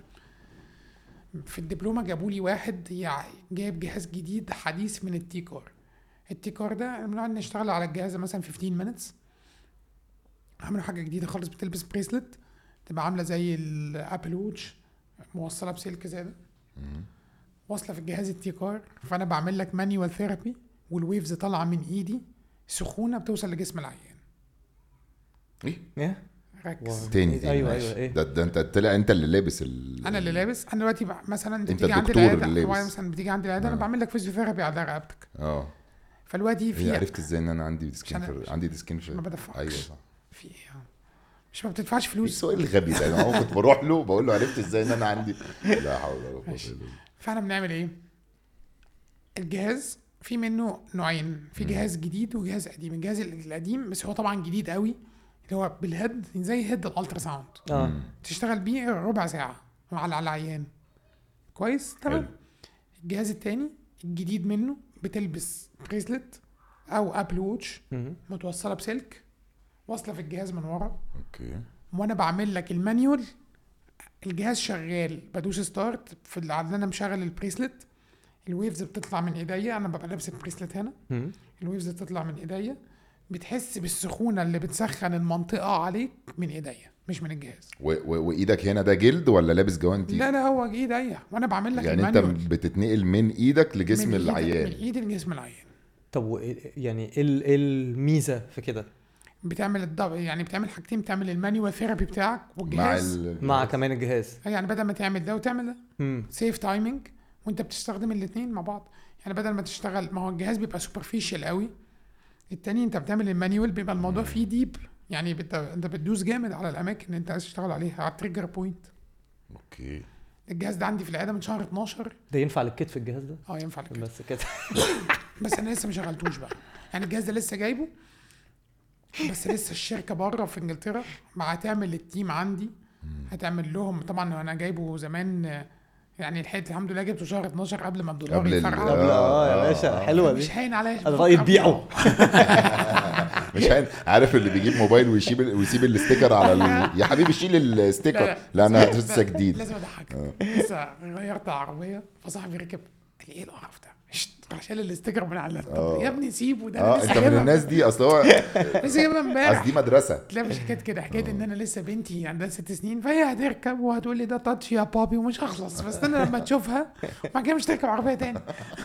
S3: في الدبلومه جابوا لي واحد جايب جهاز جديد حديث من التيكار ده بنقعد نشتغل على الجهاز مثلا 15 minutes. عملوا حاجه جديده خالص، بتلبس بريسلت تبقى عامله زي الابل ووتش، موصله بسلك زي ده، واصله في الجهاز التيكار. فانا بعمل لك مانيوال ثيرابي، والويفز طالعه من ايدي سخونه بتوصل لجسم العيان.
S1: ايه
S3: ركز.
S1: تاني
S2: ايوه
S1: ماشي.
S2: ايوه ايه
S1: ده انت طلع انت اللي لابس
S3: انا اللي لابس. انا دلوقتي مثلا انت
S1: انت
S3: بتيجي عندي
S1: الدكتور
S3: العياده،
S1: اللي
S3: هو
S1: لابس.
S3: مثلا بتيجي عندي العياده انا بعمل لك فيزيوثيرابي على رقبتك. فالوقتي
S1: هي
S3: في
S1: عرفت ازاي ان انا عندي سكين عندي ديسكين
S3: ما بدفعش.
S1: ايوه صح.
S3: في ايه مش ما بتدفعش فلوس.
S1: السؤال الغبي ده انا كنت بروح له بقول له عرفت ازاي ان انا عندي لا حول ولا قوه الا بالله.
S3: فاحنا بنعمل ايه؟ الجهاز في منه نوعين، في جهاز جديد وجهاز قديم. الجهاز القديم بس هو طبعا جديد قوي، اللي هو بالهيد زي هيد الالترا ساوند، تشتغل بيه ربع ساعه على العيان كويس تمام. الجهاز التاني الجديد منه بتلبس بريسلت او ابل ووتش متوصله بسلك واصله في الجهاز من ورا.
S1: اوكي.
S3: وانا بعمل لك المانيول، الجهاز شغال بدوس ستارت في اللي انا مشغل البريسلت، الويفز بتطلع من ايديا، انا ببقى لابس البريسلت هنا، الويفز بتطلع من ايديا، بتحس بالسخونه اللي بتسخن المنطقه عليك من ايديا مش من الجهاز.
S1: وايدك هنا ده جلد ولا لابس جوانتي؟
S3: لا هو ايديا وانا بعمل لك
S1: يعني
S3: المانيول.
S1: انت بتتنقل من ايدك لجسم العيان.
S3: من ايدي لجسم العيان.
S2: طب يعني ايه الميزه في كده؟
S3: بتعمل يعني بتعمل حاجتين، بتعمل المانيوال ثيرابي بتاعك والجهاز
S2: مع كمان الجهاز.
S3: يعني بدل ما تعمل ده وتعمل ده سيف تايمينج، وانت بتستخدم الاثنين مع بعض. يعني بدل ما تشتغل، ما هو الجهاز بيبقى سوبرفيشال قوي، التاني انت بتعمل المانيوال بيبقى الموضوع فيه ديب، يعني انت بتدوس جامد على الاماكن اللي انت عايز تشتغل عليها، على التريجر بوينت.
S1: اوكي.
S3: الجهاز ده عندي في العياده من شهر 12.
S2: ده ينفع للكتف الجهاز ده؟
S3: ينفع للكتف
S2: بس كده.
S3: بس انا لسه ما شغلتوش بقى، يعني الجهاز ده لسه جايبه، بس لسه الشركه بره في انجلترا مع تعمل التيم عندي، هتعمل لهم طبعا. انا جايبه زمان يعني الحمد لله جبته شهر 12 قبل ما الدولار يفرقع.
S2: قبل يا باشا حلوه دي.
S3: مش هين عليا
S2: انا رايي تبيعه.
S1: مش هين. عارف اللي بيجيب موبايل ويسيب الاستيكر على يا حبيبي شيل الاستيكر. لا انا لسه جديد.
S3: لازم اضحك. لسه غيرت العربيه فصاحبي ركب قال لي ايه القرف ده، شال الاستيكر من على اللابتوب. يا ابني سيبه ده.
S1: انت من الناس دي اصل هو
S3: لسه جايبها امبارح.
S1: دي مدرسه.
S3: لا مش حكايه كده، حكايه ان انا لسه بنتي عندها 6 سنين فهي هتركب وهتقول لي ده تاتش يا بابي ومش هخلص، بس انا لما تشوفها وبعد كده مش تركب عربيه تاني.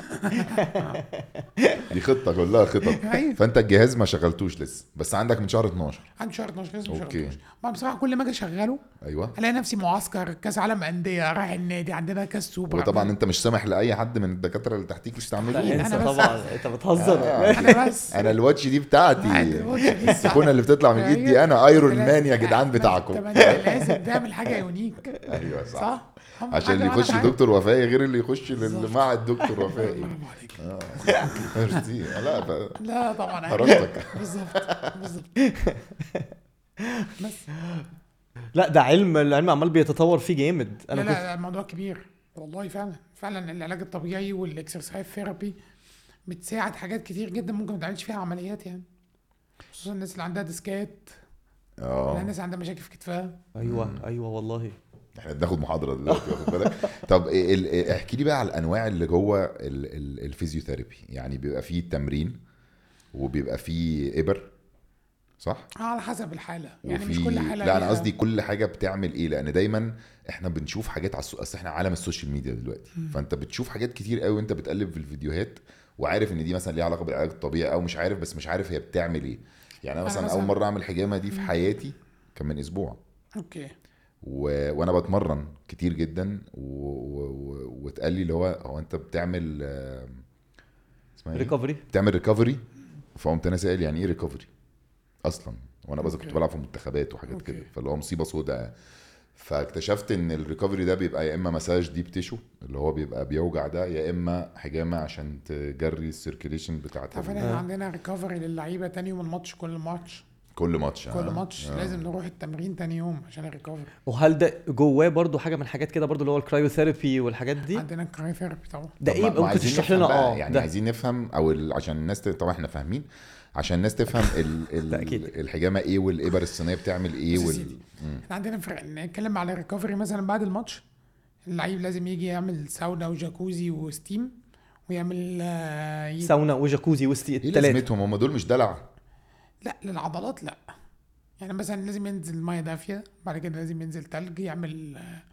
S1: دي خطه كلها خطط. فانت الجهاز ما شغلتوش لسه بس عندك من شهر 12.
S3: عندي شهر 12 لسه ما شغلتوش. ما بصراحه كل ما اجي اشغله
S1: ايوه
S3: الاقي نفسي معسكر كاس عالم انديه، رايح النادي عندنا كاس سوبر.
S1: وطبعا انت مش سامح لاي حد من الدكاتره اللي تحتيك يستعملوه.
S2: انت طبعا انت بتهزر.
S3: انا
S1: الواتش دي بتاعتي، السكونه اللي بتطلع من الايد دي انا ايرون مان يا جدعان بتاعكم.
S3: لازم تعمل حاجه يونيك.
S1: ايوه
S3: صح
S1: عشان اللي يخش دكتور وفائي غير اللي يخش مع الدكتور وفائي.
S3: لا طبعا
S1: حرشتك.
S3: بالظبط. بس
S2: لا ده العلم عمال بيتطور فيه جامد.
S3: انا لا الموضوع كبير والله. فعلا العلاج الطبيعي والاكسرسايز ثيرابي بتساعد حاجات كتير جدا ممكن ما تعملش فيها عمليات، يعني خصوصا الناس اللي عندها ديسكات، الناس اللي عندها مشاكل في كتفها.
S2: ايوه والله.
S1: احنا بناخد محاضره دلوقتي واخد بالك. طب احكي لي بقى على الانواع اللي جوه الفيزيوثيرابي. يعني بيبقى فيه تمرين وبيبقى فيه ابر صح؟
S3: على حسب الحاله يعني مش كل حاله.
S1: لا انا قصدي كل حاجه بتعمل ايه، لان دايما احنا بنشوف حاجات على اصل احنا عالم السوشيال ميديا دلوقتي. فانت بتشوف حاجات كتير قوي وانت بتقلب في الفيديوهات وعارف ان دي مثلا ليها علاقه بالعلاج الطبيعي او مش عارف، بس مش عارف هي بتعمل ايه. يعني انا مثلا اول مره اعمل حجامه دي في حياتي كان من اسبوع.
S3: اوكي.
S1: وانا بتمرن كتير جدا واتقال لي اللي هو انت بتعمل اسمها
S2: ريكفري،
S1: بتعمل ريكفري. فقمت انا سائل يعني ايه ريكفري اصلا، وانا بس كنت بلعب في منتخبات وحاجات كده، فاللي هو مصيبه سوداء. فاكتشفت ان الريكفري ده بيبقى يا اما مساج ديب تيشو اللي هو بيبقى بيوجع ده، يا اما حجامه عشان تجري السيركيليشن بتاعت.
S3: احنا عندنا ريكفري للعيبه تاني يوم الماتش، كل ماتش لازم نروح التمرين تاني يوم عشان الريكفري.
S2: وهل ده جواه برضو حاجه من حاجات كده برضو اللي هو الكرايوثيرابي والحاجات دي؟
S3: عندنا الكرايوثيرابي طبعا.
S2: ده ايه ممكن تشرح لنا؟
S1: يعني
S2: ده.
S1: عايزين نفهم او عشان الناس طبعا احنا فاهمين، عشان الناس تفهم الحجامه ايه والابر الصينيه بتعمل ايه
S3: احنا عندنا نتكلم على الريكفري. مثلا بعد الماتش اللعيب لازم يجي يعمل ساونا وجاكوزي وستيم ويعمل
S2: ساونا وجاكوزي وستيم.
S1: ايه لازمتهم هم دول؟ مش دلع؟
S3: لا للعضلات لا. يعني مثلا لازم ينزل ميه دافيه، بعد كده لازم ينزل تلج، يعمل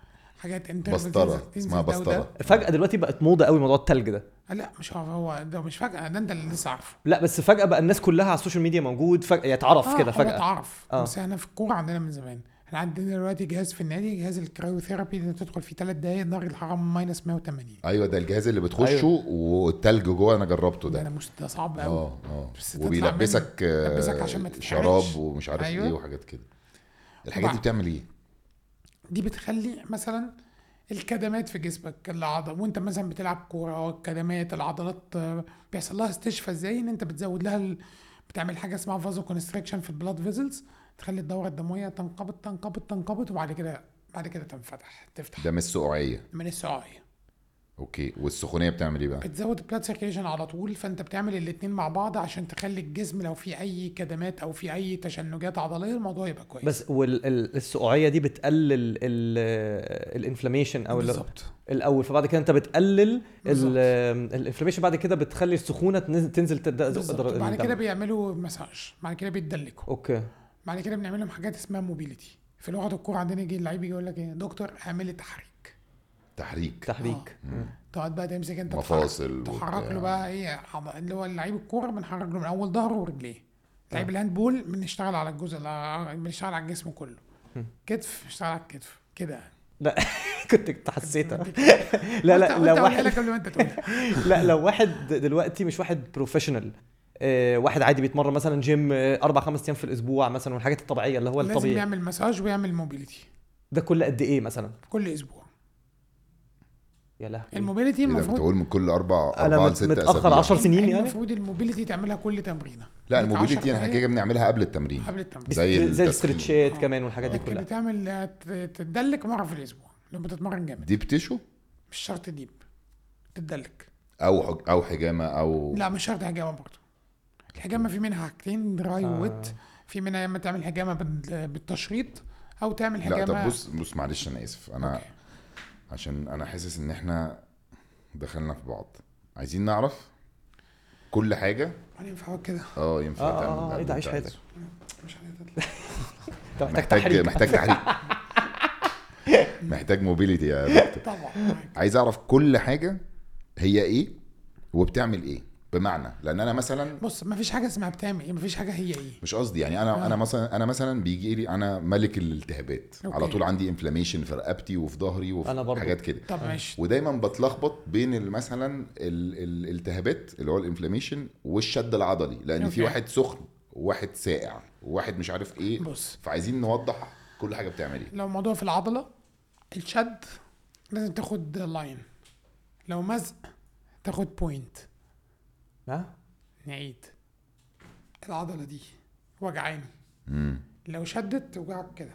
S3: حاجات
S1: بسطره اسمها بسطره.
S2: فجاه دلوقتي بقت موضه قوي موضوع التلج ده.
S3: لا مش هو ده، مش فجاه، ده انت اللي لسه عارفه.
S2: لا بس فجاه بقى الناس كلها على السوشيال ميديا موجود فجاه يتعرف كده
S3: هو
S2: فجاه.
S3: اتعرف. بس احنا في الكوره عندنا من زمان، احنا عندنا دلوقتي جهاز في النادي، جهاز الكرايوثيرابي اللي تدخل فيه 3 دقايق درجه الحراره ماينس 180.
S1: ايوه ده الجهاز اللي بتخشه والتلج جوه، انا جربته
S3: ده
S1: ده.
S3: انا ده صعب قوي.
S1: وبيلبسك
S3: عشان ما تتحرقش.
S1: شراب ومش عارف ايه وحاجات كده. الحاجات دي بتعمل ايه؟
S3: دي بتخلي مثلا الكدمات في جسمك العضل، وانت مثلا بتلعب كوره، الكدمات العضلات بيحصل لها استشفاء ازاي، ان انت بتزود لها بتعمل حاجه اسمها فازو كونستريكشن في البلاد فيزلز، تخلي الدوره الدمويه تنقبض وبعد كده تنفتح تفتح.
S1: ده من السقوعيه.
S3: من السقوعيه.
S1: اوكي. والسخونيه بتعمل ايه بقى؟
S3: بتزود البلاد سيركيشن على طول، فانت بتعمل الاثنين مع بعض عشان تخلي الجسم لو في اي كدمات او في اي تشنجات عضليه الموضوع يبقى كويس.
S2: بس والسقوعيه دي بتقلل الانفلاميشن او
S3: بالظبط
S2: الاول، فبعد كده انت بتقلل الانفلاميشن، بعد كده بتخلي السخونه تنزل
S3: بعد كده بيعملوا مساج، بعد كده بيتدلكوا.
S2: اوكي.
S3: بعد كده بنعمل لهم حاجات اسمها موبيليتي. في لغه الكوره عندنا يجي اللعيب يقول لك ايه، دكتور اعمل لي تحريك. تقعد بقى تمسك انت
S1: مفاصل
S3: تحرك له بقى ايه، اللي هو اللعيب الكوره بنحرك له من اول ظهره ورجليه. لعيب الهاندبول بنشتغل على الجزء، بنشتغل على الجسم كله. كتف بنشتغل على الكتف كده.
S2: لا كنت حسيتها. لا لو واحد قبل ما انت تقول. لا لو واحد دلوقتي مش واحد بروفيشنال، واحد عادي بيتمرن مثلا جيم 4-5 ايام في الاسبوع مثلا، والحاجات الطبيعيه اللي هو الطبيعي،
S3: لازم يعمل مساج ويعمل موبيليتي.
S2: ده كل قد ايه مثلا؟
S3: كل اسبوع.
S2: يا لهوي.
S3: الموبيليتي المفروض
S1: بتقول من كل 4 ل 6
S2: اسابيع. متاخر 10 سنين يعني.
S3: المفروض الموبيليتي تعملها كل تمرينه.
S1: لا الموبيليتي احنا كده بنعملها قبل التمرين.
S2: زي الاسترتشات كمان والحاجات دي كلها.
S3: بتعمل تدلك مره في الاسبوع لما تتمرن جامد.
S1: ديب تيشو؟
S3: مش شرط ديب، تدلك
S1: او حجامه او
S3: لا مش شرط حجامه برضه. الحجامه في منها حاجتين، دراي وويت. في منها اما تعمل حجامه بالتشريط او تعمل حجامه.
S1: لا طب بص معلش انا اسف، انا أوكي. عشان انا حاسس ان احنا دخلنا في بعض، عايزين نعرف كل حاجه.
S3: ينفع كده؟
S1: ينفع
S2: تعمل ايه ده؟ عيش حياتك.
S3: مش هتطلع.
S1: محتاج تحريك. محتاج موبيليتي يا دكتور.
S3: طبعا
S1: عايز اعرف كل حاجه هي ايه وبتعمل ايه، بمعنى لان انا مثلا
S3: بص مفيش حاجه اسمها بتعمل ايه، مفيش حاجه هي ايه.
S1: مش قصدي يعني انا مثلا بيجي لي انا ملك الالتهابات. على طول عندي انفلاميشن في رقبتي وفي ظهري وفي حاجات كده.
S3: طب ماشي.
S1: ودايما بتلخبط بين مثلا الالتهابات اللي هو الانفلاميشن والشد العضلي، لان في واحد سخن وواحد ساقع وواحد مش عارف ايه.
S3: بص.
S1: فعايزين نوضح كل حاجه بتعمل ايه.
S3: لو الموضوع في العضله، الشد لازم تاخد لاين، لو مزق تاخد بوينت. نعيد. العضله دي وجعاني، لو شدت توجعك كده.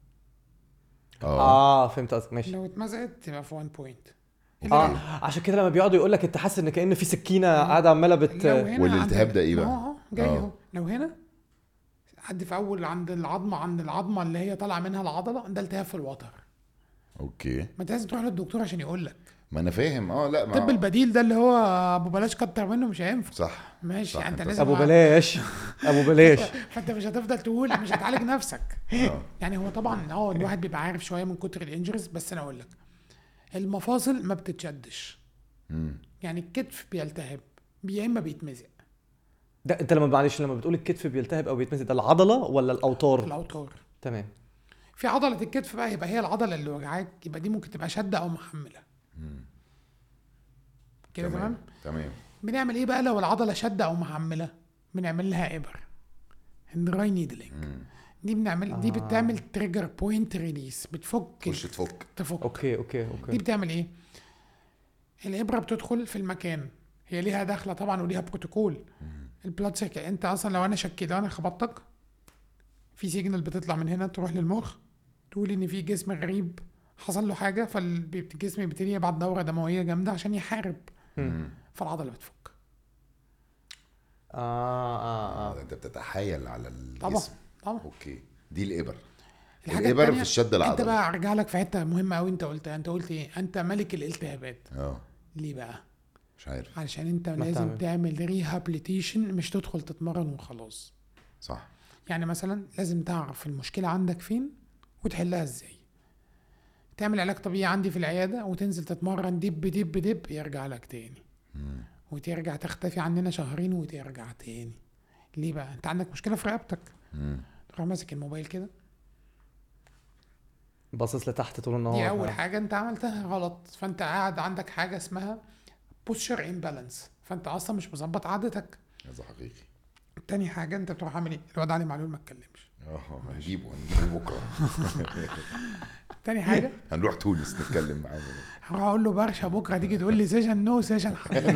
S2: فهمت قصدك. ماشي.
S3: لو اتمزقت تبقى في 1 بوينت.
S2: عشان كده لما بيقعدوا يقول لك انت حاسس ان كأن في سكينه قاعده عماله
S1: والالتهاب ده ايه بقى؟
S3: جاي اهو. لو هنا حد في اول عند العظمه اللي هي طالعه منها العضله، ده التهاب في الوتر.
S1: اوكي.
S3: ما انت لازم تروح للدكتور عشان يقول لك.
S1: ما انا فاهم. لا
S3: الطب البديل ده اللي هو ابو بلاش كتر منه مش هينفع.
S1: صح.
S3: ماشي.
S1: صح.
S3: انت لازم
S2: ابو بلاش. فانت
S3: مش هتفضل تقول مش هتعالج نفسك. يعني هو طبعا الواحد بيبقى عارف شويه من كتر الانجريز، بس انا اقول لك المفاصل ما بتتشدش. يعني الكتف بيلتهب يا اما بيتمزق.
S2: ده انت لما بتقول الكتف بيلتهب او بيتمزق، ده العضله ولا الاوتار؟
S3: الاوتار.
S2: تمام.
S3: في عضله الكتف بقى يبقى هي العضله اللي وجعاك، يبقى دي ممكن تبقى شده او محمله كده. تمام. بنعمل ايه بقى لو العضله شده او محمله؟ بنعمل لها ابر، دراي نيدلينج. دي بنعمل دي بتعمل تريجر بوينت ريليس، تفك.
S2: اوكي.
S3: دي بتعمل ايه؟ الابره بتدخل في المكان، هي ليها دخله طبعا وليها بروتوكول. البلاد سيركل، انت اصلا لو انا خبطتك في سيجنال بتطلع من هنا تروح للمخ تقول ان في جسم غريب حصل له حاجه، فالجسم بيبتدي يبعت دوره دمويه جامده عشان يحارب. فالعضله بتفك.
S1: انت بتتحايل على الجسم.
S3: طبعا.
S1: اوكي. دي الابر
S3: في
S1: الشد العضلي.
S3: انت بقى ارجع لك في حته مهمه قوي. انت قلت ايه؟ انت ملك الالتهابات. ليه بقى؟
S1: مش عارف.
S3: علشان انت لازم تعمل ريهابليتيشن، مش تدخل تتمرن وخلاص.
S1: صح.
S3: يعني مثلا لازم تعرف المشكله عندك فين وتحلها ازاي. تعمل علاج طبيعي عندي في العياده وتنزل تتمرن دب دب دب يرجع لك تاني، وترجع تختفي عندنا شهرين وترجع تاني. ليه بقى؟ انت عندك مشكله في رقبتك، تروح ماسك الموبايل كده
S2: باصص لتحت طول النهار.
S3: دي اول حاجه انت عملتها غلط. فانت قاعد عندك حاجه اسمها بوستشر امبالانس، فانت اصلا مش مظبط عادتك.
S1: هذا حقيقي.
S3: تاني حاجه انت بتروح عامل ايه؟ الواد علي معلول ما اتكلمش.
S1: هنجيبه بكره.
S3: تاني حاجه
S1: هنروح تونس نتكلم معاه.
S3: هروح اقول له برشا بكره تيجي تقول لي سيشن نو سيشن.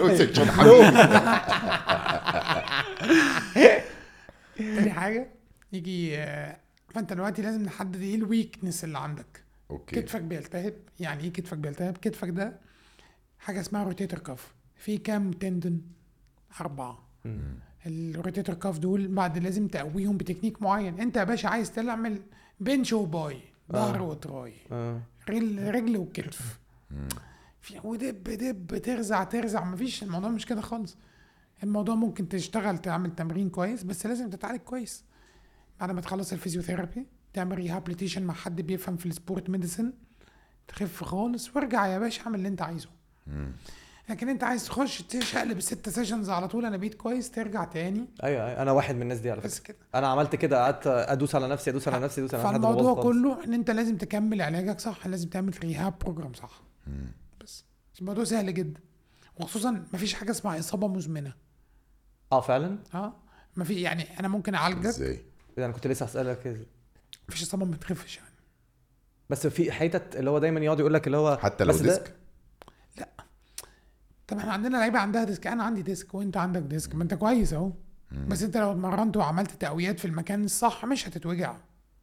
S3: تاني حاجه يجي فانت دلوقتي لازم نحدد ايه الويكنس اللي عندك.
S1: اوكي.
S3: كتفك بيلتهب. يعني ايه كتفك بيلتهب؟ كتفك ده حاجه اسمها روتيتور كاف. في كام تندن؟ 4. الروتيتور كاف دول بعد لازم تقويهم بتكنيك معين. انت يا باشا عايز تعمل بنش وباي، ظهر وتراي، رجل وكتف، في ودب دب ترزع. مفيش، الموضوع مش كده خالص. الموضوع ممكن تشتغل تعمل تمرين كويس، بس لازم تتعالج كويس. بعد ما تخلص الفيزيوثيرابي تعمل ريهابليتيشن مع حد بيفهم في السبورت ميديسن، تخف خالص وارجع يا باشا اعمل اللي انت عايزه. لكن انت عايز تخش تشقلب 6 سيشنز على طول انا بقيت كويس ترجع تاني.
S2: ايوه انا واحد من الناس دي على
S3: بس
S2: فكره.
S3: كده
S2: انا عملت كده، قعدت ادوس على نفسي ادوس على نفسي
S3: فالموضوع كله ان انت لازم تكمل علاجك صح، لازم تعمل ريهاب بروجرام صح. بس الموضوع سهل جدا، وخصوصا مفيش حاجه اسمها اصابه مزمنه.
S2: فعلا
S3: ما في. يعني انا ممكن اعالجك
S1: ازاي؟
S2: يعني كنت لسه هسألك
S3: مفيش اصابه ما تخفش يعني.
S2: بس في حتت اللي هو دايما يقعد يقول لك اللي هو
S1: حتى لو ديسك.
S3: لا طب احنا عندنا لعيبه عندها ديسك، انا عندي ديسك وانت عندك ديسك، ما انت كويس اهو. بس انت لو اتمرنت وعملت تقويات في المكان الصح مش هتتوجع.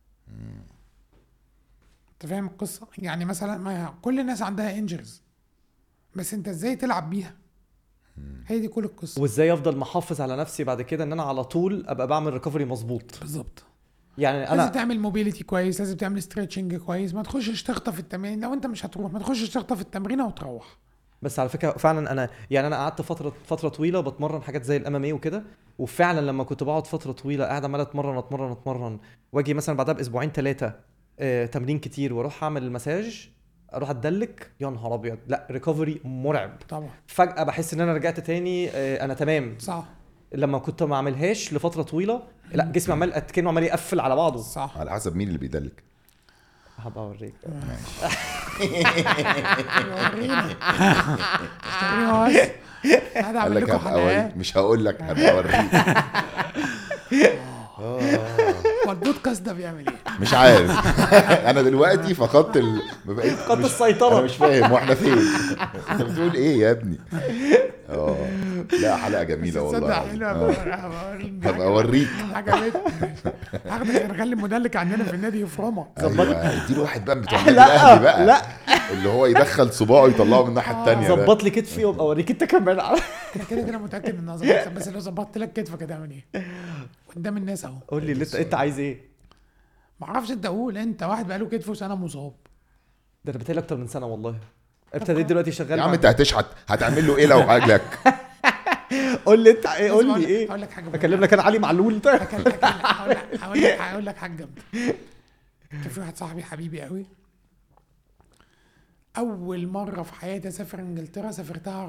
S3: انت فاهم القصه؟ يعني مثلا ما كل الناس عندها انجرز، بس انت ازاي تلعب بيها، هي دي كل القصه.
S2: وازاي افضل محافظ على نفسي بعد كده ان انا على طول ابقى بعمل ريكفري مظبوط.
S3: بالظبط.
S2: يعني انا
S3: لازم تعمل موبيليتي كويس، لازم تعمل ستريتشنج كويس، ما تخشش تخطف التمرين. لو انت مش هتروح ما تخشش تخطف التمرين وتروح.
S2: بس على فكره فعلا انا قعدت فتره طويله بتمرن حاجات زي الام ام اي وكده، وفعلا لما كنت بقعد فتره طويله قاعد عمال اتمرن واجي مثلا بعدها باسبوعين 3 تمرين كتير واروح اعمل المساج، اروح اتدلك، يا نهار ابيض، لا ريكفري مرعب
S3: طبعا.
S2: فجاه بحس ان انا رجعت تاني انا تمام.
S3: صح.
S2: لما كنت ما اعملهاش لفتره طويله لا جسمي عمال كانه عمال يقفل على بعضه.
S3: صح.
S1: على حسب مين اللي بيدلك.
S2: هبقى اوريك.
S3: قال لك
S1: هبقى مش هقول لك هبقى اوريك.
S3: والبودكاست ده بيعمل ايه؟
S1: مش عارف. انا دلوقتي فقدت
S2: فقدت السيطره.
S1: انا مش فاهم واحنا فين. انت بتقول ايه يا ابني؟ لا حلقه جميله والله. هبقى اوريك.
S3: عجبتني. هاخدك نخلي مدلك عندنا في النادي يفرمك.
S1: اديله واحد بقى بتوع الاهلي بقى. لا اللي هو يدخل صباعه يطلعه من الناحيه الثانيه.
S2: ظبط لي كتفي وابقى اوريك انت كمان.
S3: كده متاكد ان ظبطت، بس لو ظبطت لك كتفك هتعمل ايه قدام الناس اهو؟
S2: قول لي انت عايز ايه؟
S3: ما اعرفش. انت قول. انت واحد بقاله كتفه سنه مصاب.
S2: ده انا بتهيألي اكتر من سنه والله. ابتديت دلوقتي شغال.
S1: يا عم انت هتشحت هتعمل له ايه لو عجلك؟
S2: قول لي انت ايه؟ قول لي ايه؟
S3: هقول لك حاجه.
S2: اكلم لك انا علي معلول.
S3: هقول لك حاجه جامده. كان في واحد صاحبي حبيبي قوي، اول مره في حياتي اسافر انجلترا سافرتها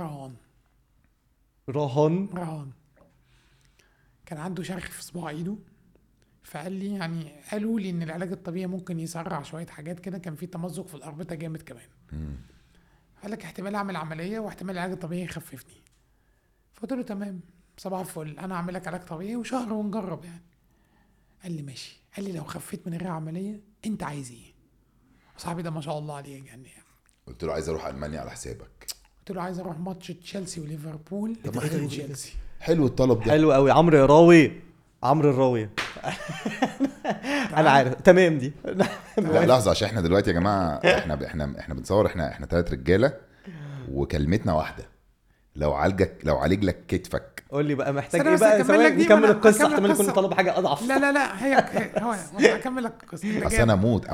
S3: رهان. كان عنده شرخ في صباع ايده، فقال لي يعني قالوا لي ان العلاج الطبيعي ممكن يسرع شويه حاجات كده، كان في تمزق في الاربطه جامد كمان. قال لك احتمال اعمل عمليه واحتمال العلاج الطبيعي يخففني. فقلت له تمام صباح الفل، انا اعمل لك علاج طبيعي وشهر ونجرب يعني. قال لي ماشي. قال لي لو خفيت من غير عمليه انت عايز ايه؟ صاحبي ده ما شاء الله عليه يعني.
S1: قلت له عايز اروح المانيا على حسابك.
S3: قلت له عايز اروح ماتش تشيلسي وليفربول.
S1: طب حلو تشيلسي. حلو الطلب ده.
S2: حلو قوي. عمرو الراوي. انا عارف تمام دي.
S1: لا لحظه، عشان احنا دلوقتي يا جماعه احنا بنصور، احنا 3 رجاله وكلمتنا واحده. لو عالج لك كتفك.
S2: قول لي بقى محتاج ايه بقى؟ نكمل القصه، احتمال يكون طالب حاجه اضعف.
S3: لا هي هو هكمل لك القصه.
S1: اصل انا اموت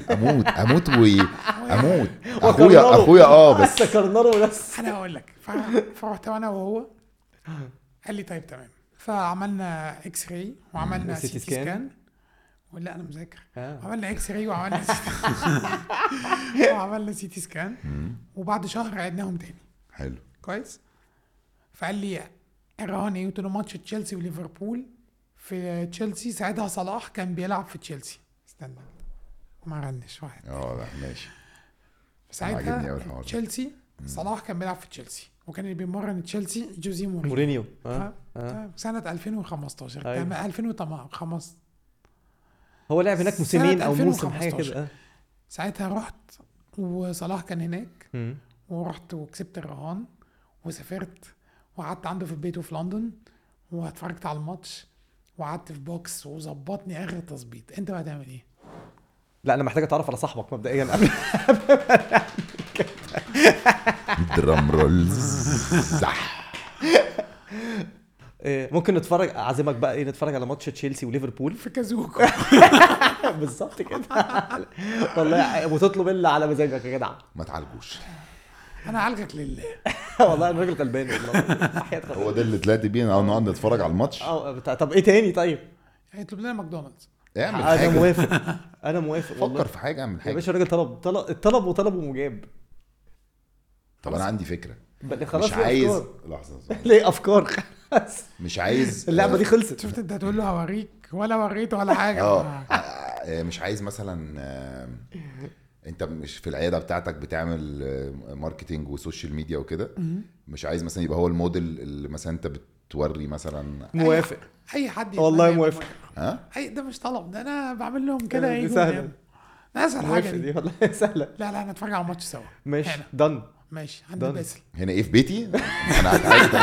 S1: اخويا بس
S2: سكرنره بس.
S3: انا هقول لك. فرحت انا وهو، قال لي طيب تمام. فعملنا اكس راي وعملنا سي تي سكان ولا انا مذاكر.
S2: آه.
S3: عملنا اكس راي وعملنا سي تي سكان، وبعد شهر عدناهم تاني.
S1: حلو.
S3: كويس. فقال لي الرهان ايه؟ قلت له ماتش تشيلسي وليفربول. في تشيلسي ساعتها صلاح كان بيلعب في تشيلسي. استنى ما رنش واحد.
S1: لا ماشي.
S3: ساعتها تشيلسي صلاح كان بيلعب في تشيلسي، وكان اللي بيمرن تشيلسي جوزيه مورينيو. سنة 2015 كان 2015.
S2: هو لعب هناك موسمين او موسم حاجه كده.
S3: ساعتها رحت وصلاح كان هناك. ورحت وكسبت الرهان وسافرت وقعدت عنده في البيت في لندن، واتفرجت على الماتش وقعدت في بوكس وظبطني اخر تظبيط. انت بقى تعمل ايه؟
S2: لا انا محتاج اتعرف على صاحبك مبدئيا قبل
S1: درام رولز. صح.
S2: ممكن نتفرج، اعزمك بقى ايه، نتفرج على ماتش تشيلسي وليفربول
S3: في كازوكو.
S2: بالظبط كده والله. وتطلب اللي على مزاجك يا جدع.
S1: ما تعالجوش.
S3: انا عالجك لله.
S2: والله الراجل غلبان والله.
S1: هو ده اللي طلعت بيه او نقعد نتفرج على الماتش.
S2: طب ايه تاني؟ طيب
S3: هيطلب لنا ماكدونالدز.
S1: اعمل حاجه.
S2: انا موافق
S1: فكر في حاجه، اعمل حاجه
S2: يا باشا. الراجل طلب وطلب ومجاب.
S1: طب انا عندي فكره.
S2: خلاص
S1: مش عايز لحظه.
S2: ليه افكار؟
S1: مش عايز
S2: اللعبه دي خلصت.
S3: شفت انت هتقول له هوريك ولا وريته ولا حاجه.
S1: مش عايز مثلا انت مش في العياده بتاعتك بتعمل ماركتينج وسوشيال ميديا وكده، مش عايز مثلا يبقى هو الموديل اللي مثلا انت بتوري مثلا.
S2: موافق.
S3: اي حد
S2: والله موافق.
S3: اي ده مش طلب، ده انا بعمل لهم كده.
S2: ايه سهله،
S3: اسهل حاجه
S2: دي والله سهله.
S3: لا انا اتفرج على الماتش سوا.
S2: ماشي دن.
S3: ماشي عندي باسل
S1: هنا ايه في بيتي. انا عايز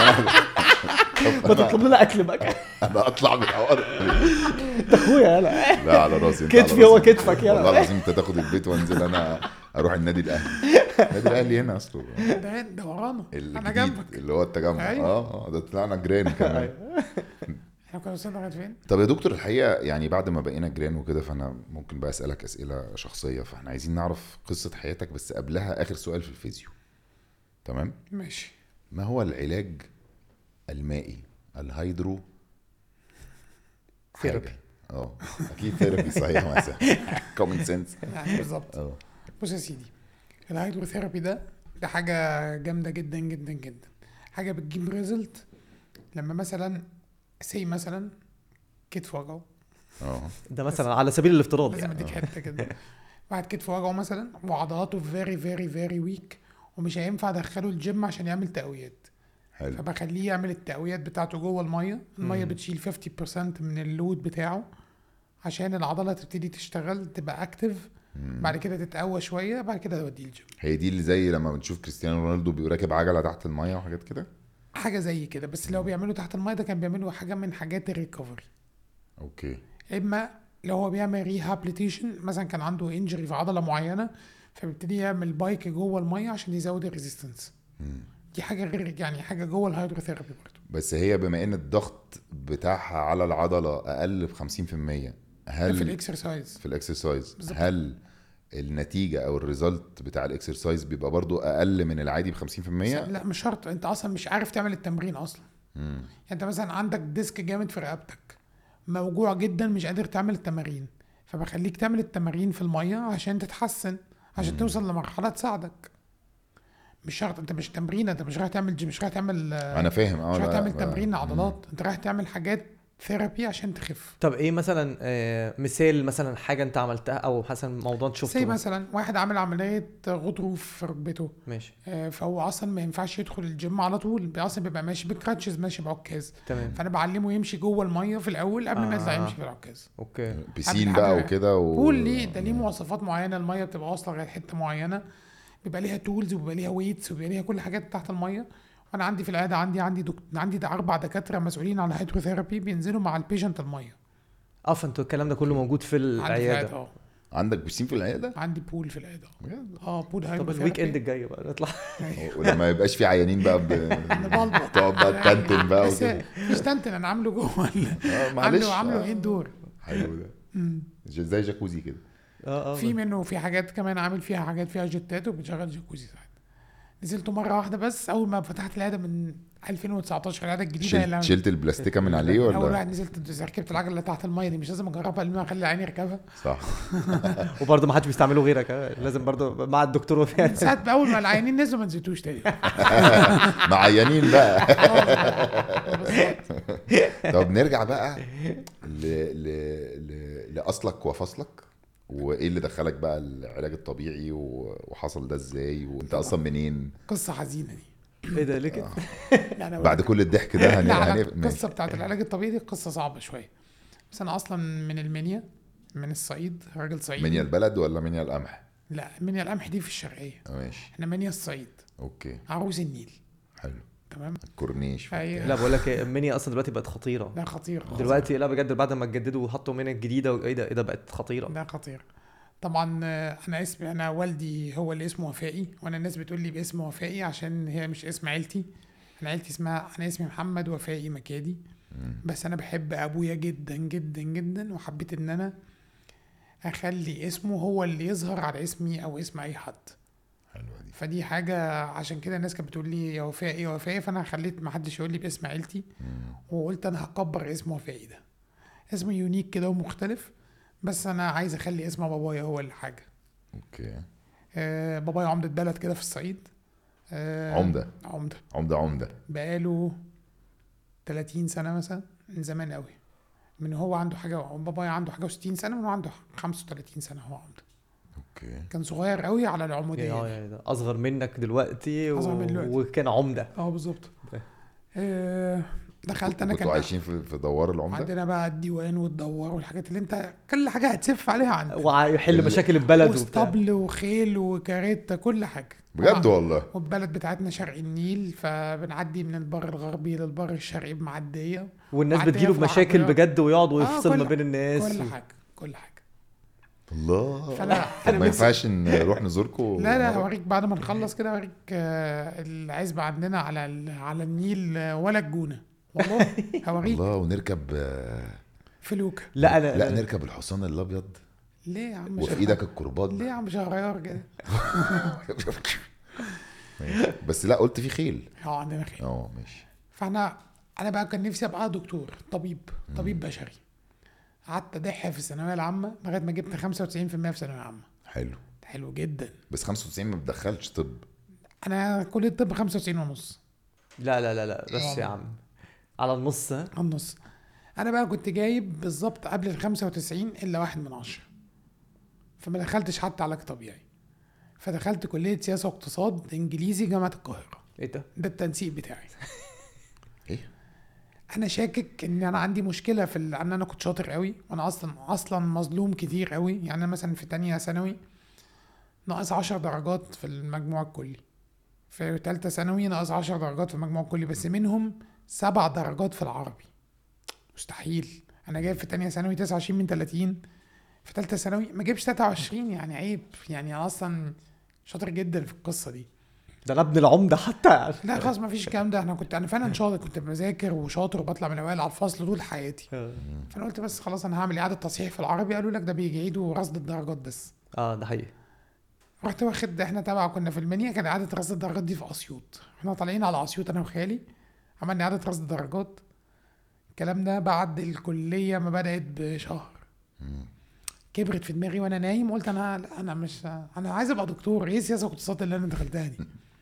S2: ما تطلب لنا اكل بقى.
S1: انا اطلع من الحوار
S2: ده اخويا. يلا
S1: لا على راسي.
S2: كتفي هو كتفك. يلا
S1: والله لازم انت تاخد البيت وانزل انا اروح النادي الاهلي. النادي الاهلي هنا اصله
S3: ده ورانا. انا
S1: جنبك اللي هو التجمع. ده طلعنا جيران كمان.
S3: احنا كنا وصلنا لغايه فين؟
S1: طب يا دكتور الحقيقه يعني بعد ما بقينا جيران وكده، فانا ممكن بقى اسالك اسئله شخصيه. فاحنا عايزين نعرف قصه حياتك، بس قبلها اخر سؤال في الفيزيو. تمام
S3: ماشي.
S1: ما هو العلاج المائي الهيدرو
S2: ثيرابي؟
S1: اكيد ثيرابي صحيح مثلا كومن سنس
S3: يعني بالظبط. بص يا سيدي، الهيدرو ثيرابي ده حاجه جامده جدا جدا جدا. حاجه بتجيب ريزلت لما مثلا مثلا كتف وجعه.
S2: ده مثلا على سبيل الافتراض
S3: لازم اديك حته كده. واحد كتف وجعه مثلا وعضلاته فيري فيري فيري ويك، ومش هينفع ادخله الجيم عشان يعمل تقويات.
S1: حلو.
S3: فبخليه يعمل التقويات بتاعته جوه الميه بتشيل 50% من اللود بتاعه عشان العضله تبتدي تشتغل تبقى اكتف. بعد كده تتقوى شويه، بعد كده اوديه الجيم.
S1: هي دي اللي زي لما بنشوف كريستيانو رونالدو بيراكب عجله تحت الميه وحاجات كده،
S3: حاجه زي كده. بس لو بيعملوا تحت الميه ده كان بيعملوا حاجه من حاجات الريكفري.
S1: اوكي.
S3: اما لو هو بيعمل ريهابليتيشن، مثلا كان عنده انجري في عضله معينه، فبيبتدي يعمل بايك جوه الميه عشان يزود الريزيستنس. دي حاجه غير يعني حاجه جوه الهيدروثيرابي برضه.
S1: بس هي بما ان الضغط بتاعها على العضله اقل ب 50%، هل
S3: في الاكسرسايز
S1: هل النتيجه او الريزلت بتاع الاكسرسايز بيبقى برضو اقل من العادي ب 50%؟
S3: لا مش شرط. انت اصلا مش عارف تعمل التمرين اصلا. يعني انت مثلا عندك ديسك جامد في رقبتك، موجوع جدا، مش قادر تعمل التمارين، فبخليك تعمل التمارين في الميه عشان تتحسن، عشان توصل لمرحله تساعدك. مش شرط. انت مش تمرين، انت مش رايح تعمل جيم، مش رايح تعمل
S1: انا فاهم.
S3: مش رايح تعمل تمرين عضلات، انت رايح تعمل حاجات ثيرابي عشان تخف.
S2: طب ايه مثلا مثال مثلا حاجه انت عملتها او مثلا موضوع شفته؟
S3: مثلا واحد عامل عمليه غضروف في ركبته.
S2: ماشي.
S3: فهو اصلا ما ينفعش يدخل الجيم على طول، اصلا بيبقى ماشي بكراتشز، ماشي بعكاز.
S2: تمام.
S3: فانا بعلمه يمشي جوه الميه في الاول قبل ما يطلع يمشي في العكاز.
S2: اوكي.
S1: بيسين بقى وكده
S3: بول ليه ده ليه مواصفات معينه. الميه بتبقى واصله لغايه حته معينه، بيبقى ليها تولز وبيبقى ليها ويتس وبيبقى ليها كل حاجات تحت الميه. وانا عندي في العياده عندي 4 دكاتره مسؤولين عن الهيدروثيرابي بينزلوا مع البيشنت الميه.
S2: فانتوا الكلام ده كله موجود في العياده؟
S1: عندك بيسين في العياده؟
S3: عندي بول في العياده. بول هيدروثيرابي.
S2: طب الويك اند الجاي بقى نطلع
S1: ولما يبقاش في عيانين بقى تقعد بقى تنتن بقى
S3: وكده. مش تنتن، انا عامله جوه عامله ايه دور.
S1: حلو ده. زي جاكوزي كده.
S3: في منه في حاجات كمان عامل فيها حاجات فيها جتات وبتشغل جاكوزي ساعات. نزلته مره واحده بس اول ما فتحت العياده من 2019 العياده الجديده اللي
S1: شلت البلاستيكه من عليه
S3: اول
S1: ولا؟
S3: واحد نزلت ركبت العجله اللي تحت الميه دي، مش لازم اجربها لان انا اخلي عيني يركبها.
S1: صح.
S2: وبرضه ما حدش بيستعمله غيرك، لازم برضه مع الدكتور وفيها.
S3: ساعات اول ما العيانين نزلوا ما نزلتوش تاني.
S1: معينين بقى. طب نرجع بقى لاصلك وفصلك، وايه اللي دخلك بقى العلاج الطبيعي وحصل ده ازاي، وانت اصلا منين؟
S3: قصه حزينه دي.
S2: ايه ده ليه كده؟
S3: يعني
S1: بعد كل الضحك ده
S3: القصه بتاعت العلاج الطبيعي دي قصه صعبه شويه، بس انا اصلا من المنيا، من الصعيد، راجل صعيدي.
S1: منيا البلد ولا منيا القمح؟
S3: لا منيا القمح دي في الشرقيه.
S1: ماشي.
S3: احنا منيا الصعيد.
S1: اوكي.
S3: عروس النيل.
S1: حلو.
S3: تمام.
S1: الكورنيش.
S2: لا بقول لك المنيا اصلا دلوقتي بقت خطيره.
S3: ده خطير
S2: دلوقتي لا بجد بعد ما اتجددوا وحطوا منيا الجديده وايه ده، ايه ده بقت خطيره.
S3: ده خطير طبعا. انا والدي هو اللي اسمه وفائي، وانا الناس بتقول لي باسم وفائي عشان هي مش اسم عيلتي. انا اسمي محمد وفائي مكادي. بس انا بحب ابويا جدا جدا جدا، وحبيت ان انا اخلي اسمه هو اللي يظهر على اسمي او اسم اي حد.
S1: حلوه دي.
S3: فدي حاجه عشان كده الناس كانت بتقول لي يا وفائي يا وفائي، فانا خليت ما حدش يقول لي باسم عيلتي. وقلت انا هكبر اسم وفائي ده، اسم يونيك كده ومختلف، بس انا عايز اخلي اسم بابايا هو الحاجه.
S1: اوكي.
S3: بابايا عمدة بلد كده في الصعيد.
S1: عمدة
S3: بقاله 30 سنة مثلا، من زمان قوي. من هو عنده حاجة، بابايا عنده حاجة و60 سنة، من هو عنده 35 سنة هو عمدة.
S1: اوكي.
S3: كان صغير قوي على العمودية.
S2: يعني اصغر منك دلوقتي
S3: دلوقتي.
S2: وكان عمدة.
S3: بالظبط. دخلت انا.
S1: كنتوا عايشين في دوار العمدة؟
S3: عندنا بقى الديوان والدوار والحاجات اللي انت كل حاجة هتسف عليها عندك،
S2: ويحل مشاكل البلد
S3: واسطبل وخيل وكاريتا كل حاجة
S1: بجد والله.
S3: والبلد بتاعتنا شرق النيل، فبنعدي من البر الغربي للبر الشرقي بمعدية،
S2: والناس بتجيله بمشاكل بجد ويقعدوا ويفصل ما بين الناس
S3: كل حاجة.
S1: الله.
S3: فلا
S1: ما ينفعش نروح نزوركم؟
S3: لا هوريك بعد ما نخلص كده، هوريك العزبة عندنا على النيل ولا الجونة والله. هوريك.
S1: الله. ونركب
S3: فلوكة.
S1: لا نركب الحصان الابيض.
S3: ليه يا عم؟
S1: وفي ايدك الكرباج.
S3: ليه يا عم شهريار كده؟
S1: بس لا قلت في خيل.
S3: عندنا خيل.
S1: ماشي.
S3: فانا بقى كان نفسي ابقى دكتور، طبيب بشري. قعدت ادح في الثانويه العامه لغايه ما جبت 95% في الثانويه العامه. حلو جدا.
S1: بس 95 ما بتدخلش طب.
S3: انا كليه الطب 95 ونص.
S2: لا بس يا عم على النص.
S3: على النص. انا بقى كنت جايب بالظبط قبل 95 الا 1/10، فما دخلتش حتى علاج طبيعي، فدخلت كليه سياسه واقتصاد انجليزي جامعه القاهره.
S2: ايه ده
S3: التنسيق بتاعي.
S1: ايه؟
S3: انا شاكك ان انا عندي مشكله في ان انا كنت شاطر قوي، وانا اصلا مظلوم كتير قوي. يعني أنا مثلا في تانية ثانوي ناقص 10 درجات في المجموع الكلي، في ثالثه ثانوي ناقص 10 درجات في المجموع الكلي، بس منهم 7 درجات في العربي. مستحيل. انا جايب في تانية ثانوي 29 من 30، في ثالثه ثانوي ما جيبش 23. يعني عيب، يعني انا اصلا شاطر جدا في القصه دي.
S2: ده انا ابن العمده حتى.
S3: لا خلاص ما فيش الكلام ده. انا فعلا شاطر، كنت بذاكر وشاطر وبطلع من الاوائل على الفصل طول حياتي. فانا قلت بس خلاص انا هعمل اعاده تصحيح في العربي. قالوا لك ده بيجي يعيدوا رصد الدرجات بس.
S2: ده حقيقي.
S3: رحت واخد، احنا تبع كنا في المنيا، كان اعاده رصد الدرجات دي في اسيوط. احنا طالعين على اسيوط انا وخالي، عملنا اعاده رصد الدرجات. الكلام ده بعد الكليه ما بدات بشهر. كبرت في دماغي وانا نايم، قلت انا مش، انا عايز ابقى دكتور. ايه سياسه واقتصاد اللي انا دخلتها دي؟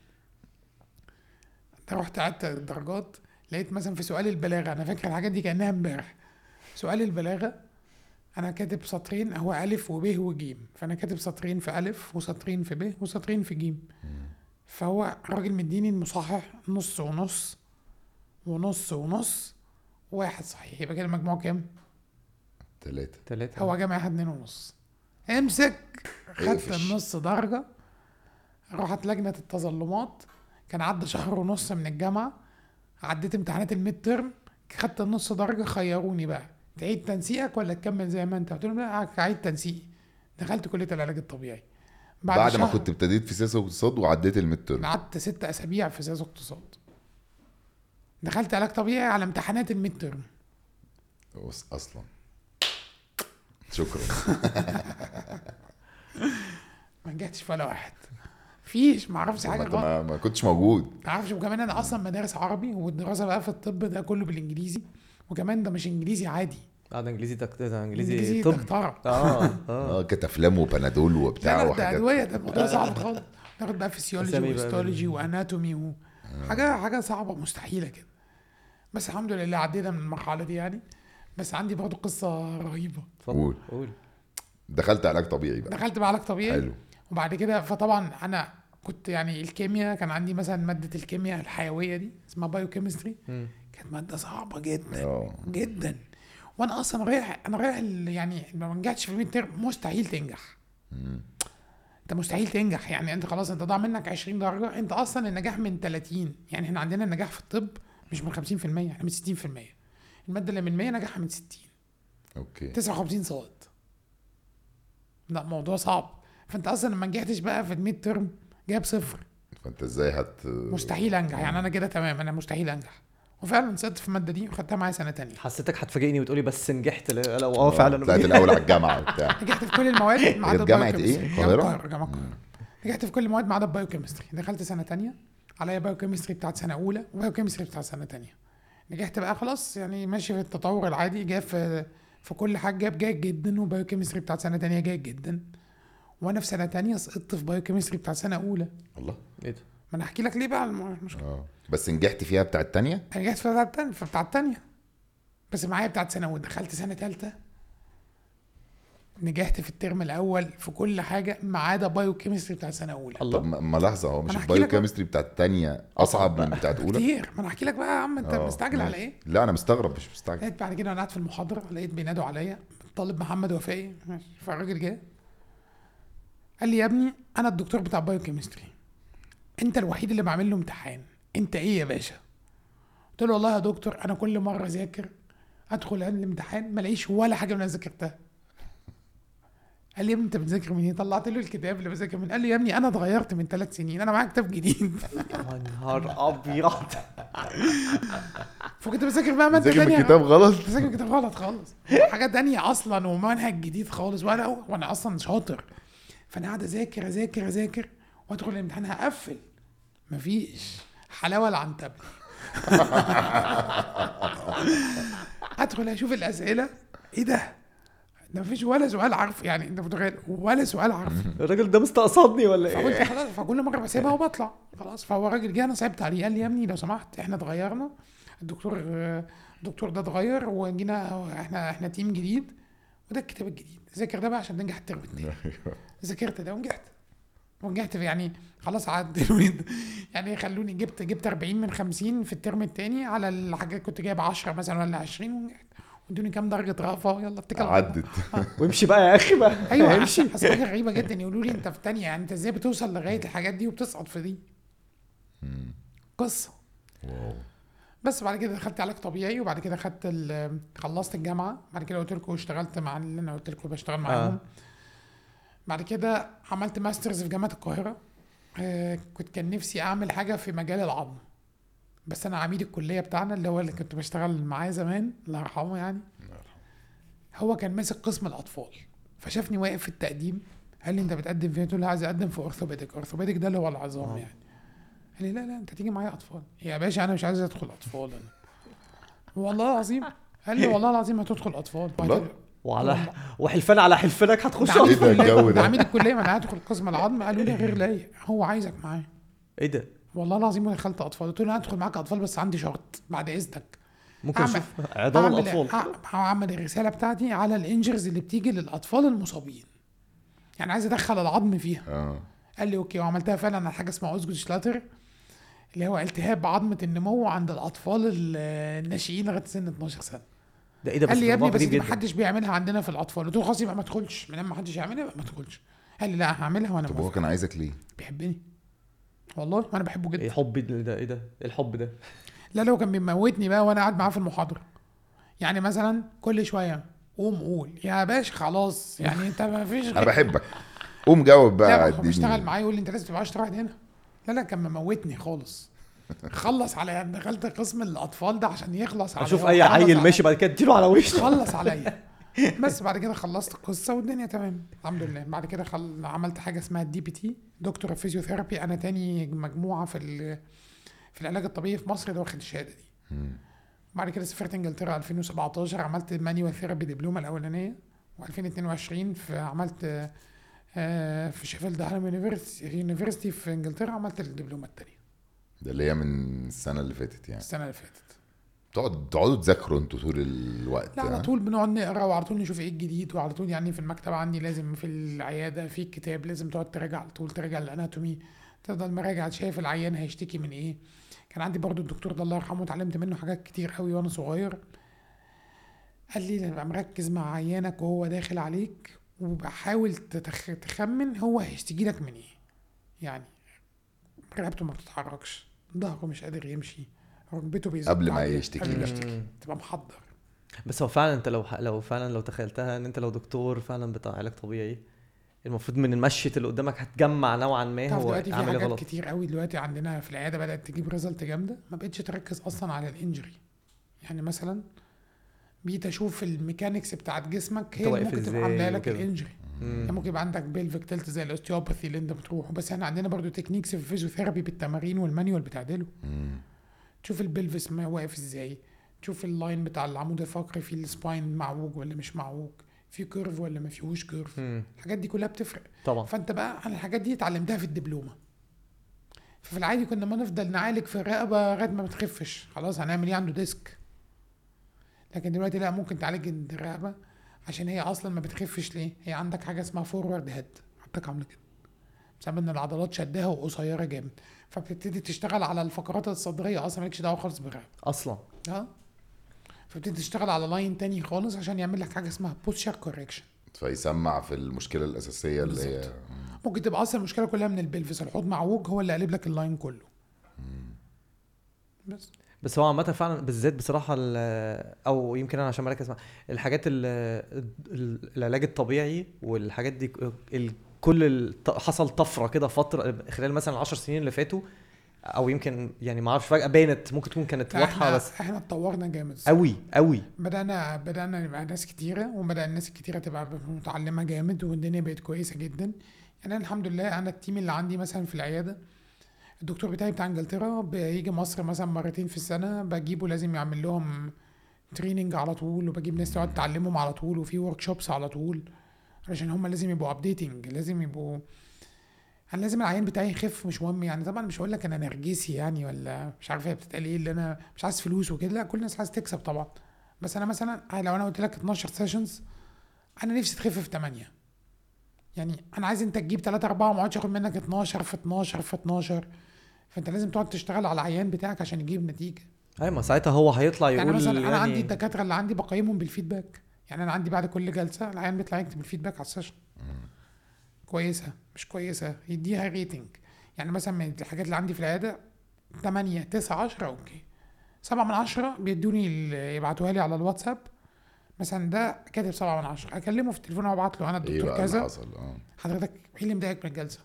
S3: رحت عدت الدرجات، لقيت مثلا في سؤال البلاغه، انا فاكر الحاجات دي كانها امبارح. سؤال البلاغه انا كاتب سطرين، هو الف وب وجيم، فانا كاتب سطرين في الف وسطرين في ب وسطرين في جيم. فهو الراجل مديني المصحح نص ونص ونص ونص، واحد صحيح. يبقى كده المجموع كام؟
S1: 3.
S3: هو جامع 2.5. امسك. خدت النص درجه. رحت لجنه التظلمات، كان عدى شهر ونص من الجامعه، عديت امتحانات الميد ترم، خدت النص درجه. خيروني بقى تعيد تنسيقك ولا تكمل زي ما انت. قلت لهم لا اعيد تنسيقي. دخلت كليه العلاج الطبيعي
S1: بعد ما كنت ابتديت في سياسه واقتصاد وعديت الميد ترم.
S3: قعدت 6 أسابيع في سياسه واقتصاد. دخلت علاج طبيعي على امتحانات الميد ترم
S1: اصلا. شكرا.
S3: ما نجحتش في ولا واحد. فيش ما اعرفش حاجه
S1: ما,
S3: خالص،
S1: ما كنتش موجود.
S3: ما اعرفش. وكمان انا اصلا مدارس عربي، والدراسه بقى في الطب ده كله بالانجليزي، وكمان ده مش انجليزي عادي،
S2: ده انجليزي ده
S3: انجليزي
S2: انجليزي طب.
S3: دكتوره.
S1: كانت افلام وبنادول وبتاع
S3: لا ده
S1: وحاجات.
S3: ادويه، ده الموضوع صعب خالص. ناخد بقى فيسيولوجي
S2: أسامي بقى
S3: وهيستولوجي واناتومي حاجه صعبه مستحيله كده. بس الحمد لله عدينا من المرحله دي يعني. بس عندي برضو قصه رهيبه.
S1: قول. دخلت علاج طبيعي بقى.
S3: دخلت بعلاج طبيعي.
S1: حلو.
S3: وبعد كده فطبعا انا كنت يعني الكيمياء، كان عندي مثلا ماده الكيمياء الحيويه دي اسمها بايوكيمستري، كانت ماده صعبه جدا جدا. وانا اصلا رايح يعني لو ما نجحتش في الميد ترم مستحيل تنجح. انت مستحيل تنجح، يعني انت خلاص انت ضاع منك 20 درجه. انت اصلا النجاح من 30، يعني احنا عندنا النجاح في الطب مش من 50%، احنا من 60%. الماده اللي من 100 نجاحها من 60.
S1: اوكي.
S3: 59 صاد. لا موضوع صعب. فانت اصلا لما نجحتش بقى في الميد ترم جايب صفر،
S1: فانت ازاي
S3: مستحيل انجح. يعني انا كده تمام، انا مستحيل انجح. وفعلا سقطت في الماده دي وخدتها معايا سنه تانية.
S2: حسيتك هتفاجئني وتقولي بس نجحت. لو فعلا
S1: طلعت الاول على الجامعه وبتاع.
S3: نجحت في كل المواد ما عدا
S1: جامعه
S3: البايوكيمستري.
S1: ايه؟ القاهره.
S3: جامعه القاهره. نجحت في كل المواد ما عدا البايوكيمستري. دخلت سنه تانية عليا بايوكيمستري بتاعت سنه اولى وبايوكيمستري بتاعت سنه تانية. نجحت بقى خلاص، يعني ماشي في التطور العادي، جاب في كل حاجه جاب جيد جدا، وبايوكيمستري بتاعت سنه تانية جيد جدا. وانا في سنه تانية سقطت في بايوكيمستري بتاعت سنه اولى.
S1: الله.
S2: ايه ده؟
S3: ما انا احكي لك ليه بقى المشكله.
S1: بس نجحت فيها بتاعت تانية.
S3: انا نجحت في بتاعت تانية، بس معايا بتاعت سنه اولى. دخلت سنه تالتة نجحت في الترم الاول في كل حاجه ما عدا بايوكيمستري بتاعت سنه اولى.
S1: طب ما لحظه، هو مش
S3: أنا
S1: البايوكيمستري بتاعت تانية اصعب من بتاعت اولى
S3: كتير؟ ما انا احكي لك بقى يا عم، انت مستعجل على ايه؟
S1: لا انا مستغرب، مش مستعجل.
S3: لقيت بعد كده وانا قاعد في المحاضره لقيت بينادوا عليا الطالب محمد وفائي، فالراجل جه قال لي يا ابني انا الدكتور بتاع بايوكيمستري، انت الوحيد اللي بعمل له امتحان، انت ايه يا باشا؟ قلت له والله يا دكتور انا كل مره اذاكر ادخل الامتحان ما الاقيش ولا حاجه من اللي ذاكرتها. قال لي يا ابني انت بتذاكر منين؟ طلعت له الكتاب اللي بذاكر منه. قال لي يا ابني انا اتغيرت من 3 سنين، انا معايا كتاب جديد.
S2: يا نهار ابيض.
S3: فكنت بذاكر بقى ماده
S1: بتذاكر
S3: ثانيه.
S1: الكتاب غلط.
S3: بذاكر الكتاب غلط خالص، حاجه تانية اصلا ومنهج جديد خالص. وانا اصلا شاطر، فانا قاعد اذاكر وادخل الامتحان هقفل، مفيش حلاوه العنتبه. ادخل اشوف الاسئله، ايه ده مفيش ولا سؤال عارف، يعني انت متخيل ولا سؤال عارف.
S2: الراجل ده مستقصدني ولا
S3: فقلت
S2: ايه؟
S3: خلاص، فكل مره بسيبها وبطلع خلاص. فهو الراجل جه انا صعبت عليه، قال لي يا ابني لو سمحت احنا اتغيرنا، الدكتور ده اتغير وجينا احنا تيم جديد، وده الكتاب الجديد، ذاكر ده بقى عشان ننجح الترم التاني. ذاكرت ده ونجحت يعني خلاص عدلوا يعني خلوني جبت 40 من 50 في الترم الثاني على الحاجات كنت جايب 10 مثلا ولا 20، ونجحت. وادوني كام درجه رأفة، يلا اتكل على الله.
S1: عدت.
S2: وامشي بقى يا اخي بقى.
S3: ايوه امشي. بس حاجه غريبه جدا يقولوا لي انت في تانية، يعني انت ازاي بتوصل لغايه الحاجات دي وبتسقط في دي؟ قصه. بس بعد كده دخلت علاج طبيعي، وبعد كده خلصت الجامعه. بعد كده قلت لكم اشتغلت مع اللي انا قلت لكم بشتغل معاهم. بعد كده عملت ماسترز في جامعه القاهره. كان نفسي اعمل حاجه في مجال العظم، بس انا عميد الكليه بتاعنا اللي كنت بشتغل معاه زمان الله يرحمه يعني، هو كان ماسك قسم الاطفال، فشافني واقف في التقديم قال لي انت بتقدم فين؟ قلت له عايز اقدم في اورثوبيديك ده اللي هو العظام يعني. قال لي لا انت تيجي معايا اطفال. يا باشا انا مش عايز ادخل اطفال انا، والله العظيم. قال لي والله العظيم هتدخل اطفال
S2: وحلفان على حلفانك هتخش.
S1: ايه ده الجو ده؟
S3: عميد الكليه ما انا هدخل قسم العظم، قالوا لي غير لايق، هو عايزك معاه.
S2: ايه ده؟
S3: والله العظيم دخلت اطفال. قلت له انا هدخل معاك اطفال بس عندي شرط بعد اذنك،
S2: ممكن اشوف عظام الاطفال.
S3: هعمل الرساله بتاعتي على الانجرز اللي بتيجي للاطفال المصابين، يعني عايز ادخل العظم فيها. قال لي اوكي، وعملتها فعلا على حاجه اسمها اوزجوت شلاتر، اللي هو التهاب عظمه النمو عند الاطفال الناشئين لغايه سن 12 سنه.
S2: ده ايه ده؟
S3: قال لي يا ابني بس ما حدش بيعملها عندنا في الاطفال. قلت له خلاص يبقى ما تدخلش، ما حدش يعملها يبقى ما تدخلش. قال لي لا هعملها وانا
S1: طب هو كان عايزك ليه؟
S3: بيحبني والله، وانا بحبه جدا.
S2: ايه حب ده؟ ايه ده الحب ده؟
S3: لا لو كان بيموتني بقى وانا قاعد معاه في المحاضره، يعني مثلا كل شويه قول يا باشا خلاص، يعني انت ما فيش
S1: انا بحبك، قوم جاوب بقى.
S3: لا بيشتغل معايا يقول لي انت لازم تبقى 10 واحد هنا. لا كان مموتني خالص. خلص عليا، دخلت قسم الاطفال ده عشان يخلص عليا.
S2: اشوف اي عيل ماشي بعد كده اديله على وشه.
S3: خلص عليا بس بعد كده خلصت القصه والدنيا تمام الحمد لله. بعد كده عملت حاجه اسمها DPT، دكتور فيزيوثيرابي. انا تاني مجموعه في العلاج الطبيعي في مصر اللي واخد الشهاده دي. بعد كده سافرت انجلترا 2017، عملت مانيوال ثيرابي دبلومه الاولانيه، و2022 عملت في شيفيلد هارم يونيفرسيتي في انجلترا عملت الدبلومه الثانيه.
S1: ده اللي هي من السنه اللي فاتت يعني؟
S3: السنه اللي فاتت.
S1: تقعدوا تذاكروا انتوا طول الوقت؟
S3: لا على طول بنقعد نقرا، وعلى طول نشوف ايه الجديد، وعلى طول يعني في المكتب عندي لازم في العياده في كتاب لازم تقعد تراجع على طول، تراجع الاناتومي، تفضل مراجع شايف العيان هيشتكي من ايه. كان عندي برضو الدكتور ده الله يرحمه اتعلمت منه حاجات كتير قوي وانا صغير. قال لي تبقى مركز مع عيانك وهو داخل عليك، وبحاول تخمن هو هيشتكي لك من ايه. يعني رقبته ما بتتحركش، ظهره مش قادر يمشي، ركبته بيزق
S1: قبل ما يشتكي
S3: قبل ما يشتكي تبقى محضر.
S2: بس هو فعلا انت لو تخيلتها ان انت لو دكتور فعلا بتاع علاج طبيعي، المفروض من المشية اللي قدامك هتجمع نوعا ما هو
S3: دلوقتي في
S2: عامل
S3: حاجات
S2: غلط.
S3: كتير قوي دلوقتي عندنا في العياده بدات تجيب ريزلت جامده، ما بقتش تركز اصلا على الانجري. يعني مثلا بقيت اشوف الميكانيكس بتاعت جسمك هي اللي ممكن تبقى عامله لك الانجري. يعني ممكن يبقى عندك بيلفيك تلت زي الاوستيوباثي اللي انت بتروحه، بس احنا عندنا برضو تكنيكس في الفيزيوثيرابي بالتمارين والمانيوال بتعدله. تشوف البلفس ما واقف ازاي، تشوف اللاين بتاع العمود الفقري في السباين معوج ولا مش معوج، في كيرف ولا ما فيهوش كيرف. الحاجات دي كلها بتفرق
S2: طبعا.
S3: فانت بقى انا الحاجات دي اتعلمتها في الدبلومه. ففي العادي كنا ما نفضل نعالج في الرقبه لغايه ما بتخفش، خلاص هنعمل ايه عنده ديسك. لكن دلوقتي لا، ممكن تعالج الرقبه عشان هي اصلا ما بتخفش. ليه؟ هي عندك حاجه اسمها فورورد هيد، حطك عامله كده بسبب ان العضلات شدها وقصيره جامد، فبتبتدي تشتغل على الفقرات الصدريه اصلا مالكش دعوه خالص بالرقبه
S2: اصلا.
S3: فبتبتدي تشتغل على لاين تاني خالص عشان يعمل لك حاجه اسمها بوستشر كوركشن،
S1: فيسمع في المشكله الاساسيه اللي هي
S3: ممكن تبقى اصلا المشكله كلها من البلفس، الحوض معوج هو اللي قلب لك اللاين كله.
S2: بس هو عامة فعلا بالذات بصراحة او يمكن انا عشان مركز مع الحاجات العلاج الطبيعي والحاجات دي حصل طفرة كده فترة خلال مثلا 10 سنين اللي فاتوا، او يمكن يعني ما اعرفش فجأة بانت، ممكن تكون كانت واضحة. بس
S3: احنا اتطورنا جامد
S2: قوي.
S3: بدأنا نبقى ناس كتيرة، وبدأ الناس الكتيرة تبقى متعلمة جامد، والدنيا بقت كويسة جدا. يعني أنا الحمد لله انا التيم اللي عندي مثلا في العيادة، الدكتور بتاعي بتاع انجلترا بيجي مصر مثلا مرتين في السنة، بجيبه لازم يعمل لهم تريننج على طول، وبجيب ناس تقعد تعلمهم على طول، وفي ورك شوبس على طول، عشان هم لازم يبقوا ابديتنج، لازم يبقوا انا لازم العيان بتاعي يخف. مش مهم يعني طبعا مش هقول لك انا نرجسي يعني ولا مش عارف هي بتتقال ايه اللي انا مش عايز فلوس وكده، لا كل الناس عايز تكسب طبعا. بس انا مثلا لو انا قلت لك 12 سيشنز انا نفسي تخف في 8. يعني انا عايز انت تجيب 3 4 ما اقعدش اخد منك 12 في 12 في 12. فانت لازم تقعد تشتغل على العيان بتاعك عشان يجيب نتيجه.
S2: ايوه ما ساعتها هو هيطلع يقول
S3: يعني مثلا انا عندي الدكاتره اللي عندي بقيمهم بالفيدباك. يعني انا عندي بعد كل جلسه العيان بيطلع يكتب الفيدباك على السيشن، كويسه مش كويسه يديها ريتنج. يعني مثلا من الحاجات اللي عندي في العياده 8 9 10 اوكي، 7 من 10 بيدوني يبعتوها لي على الواتساب مثلا ده كاتب 7 من 10، اكلمه في التليفون وابعت له انا الدكتور كذا حضرتك ايه اللي مضايقك من الجلسه؟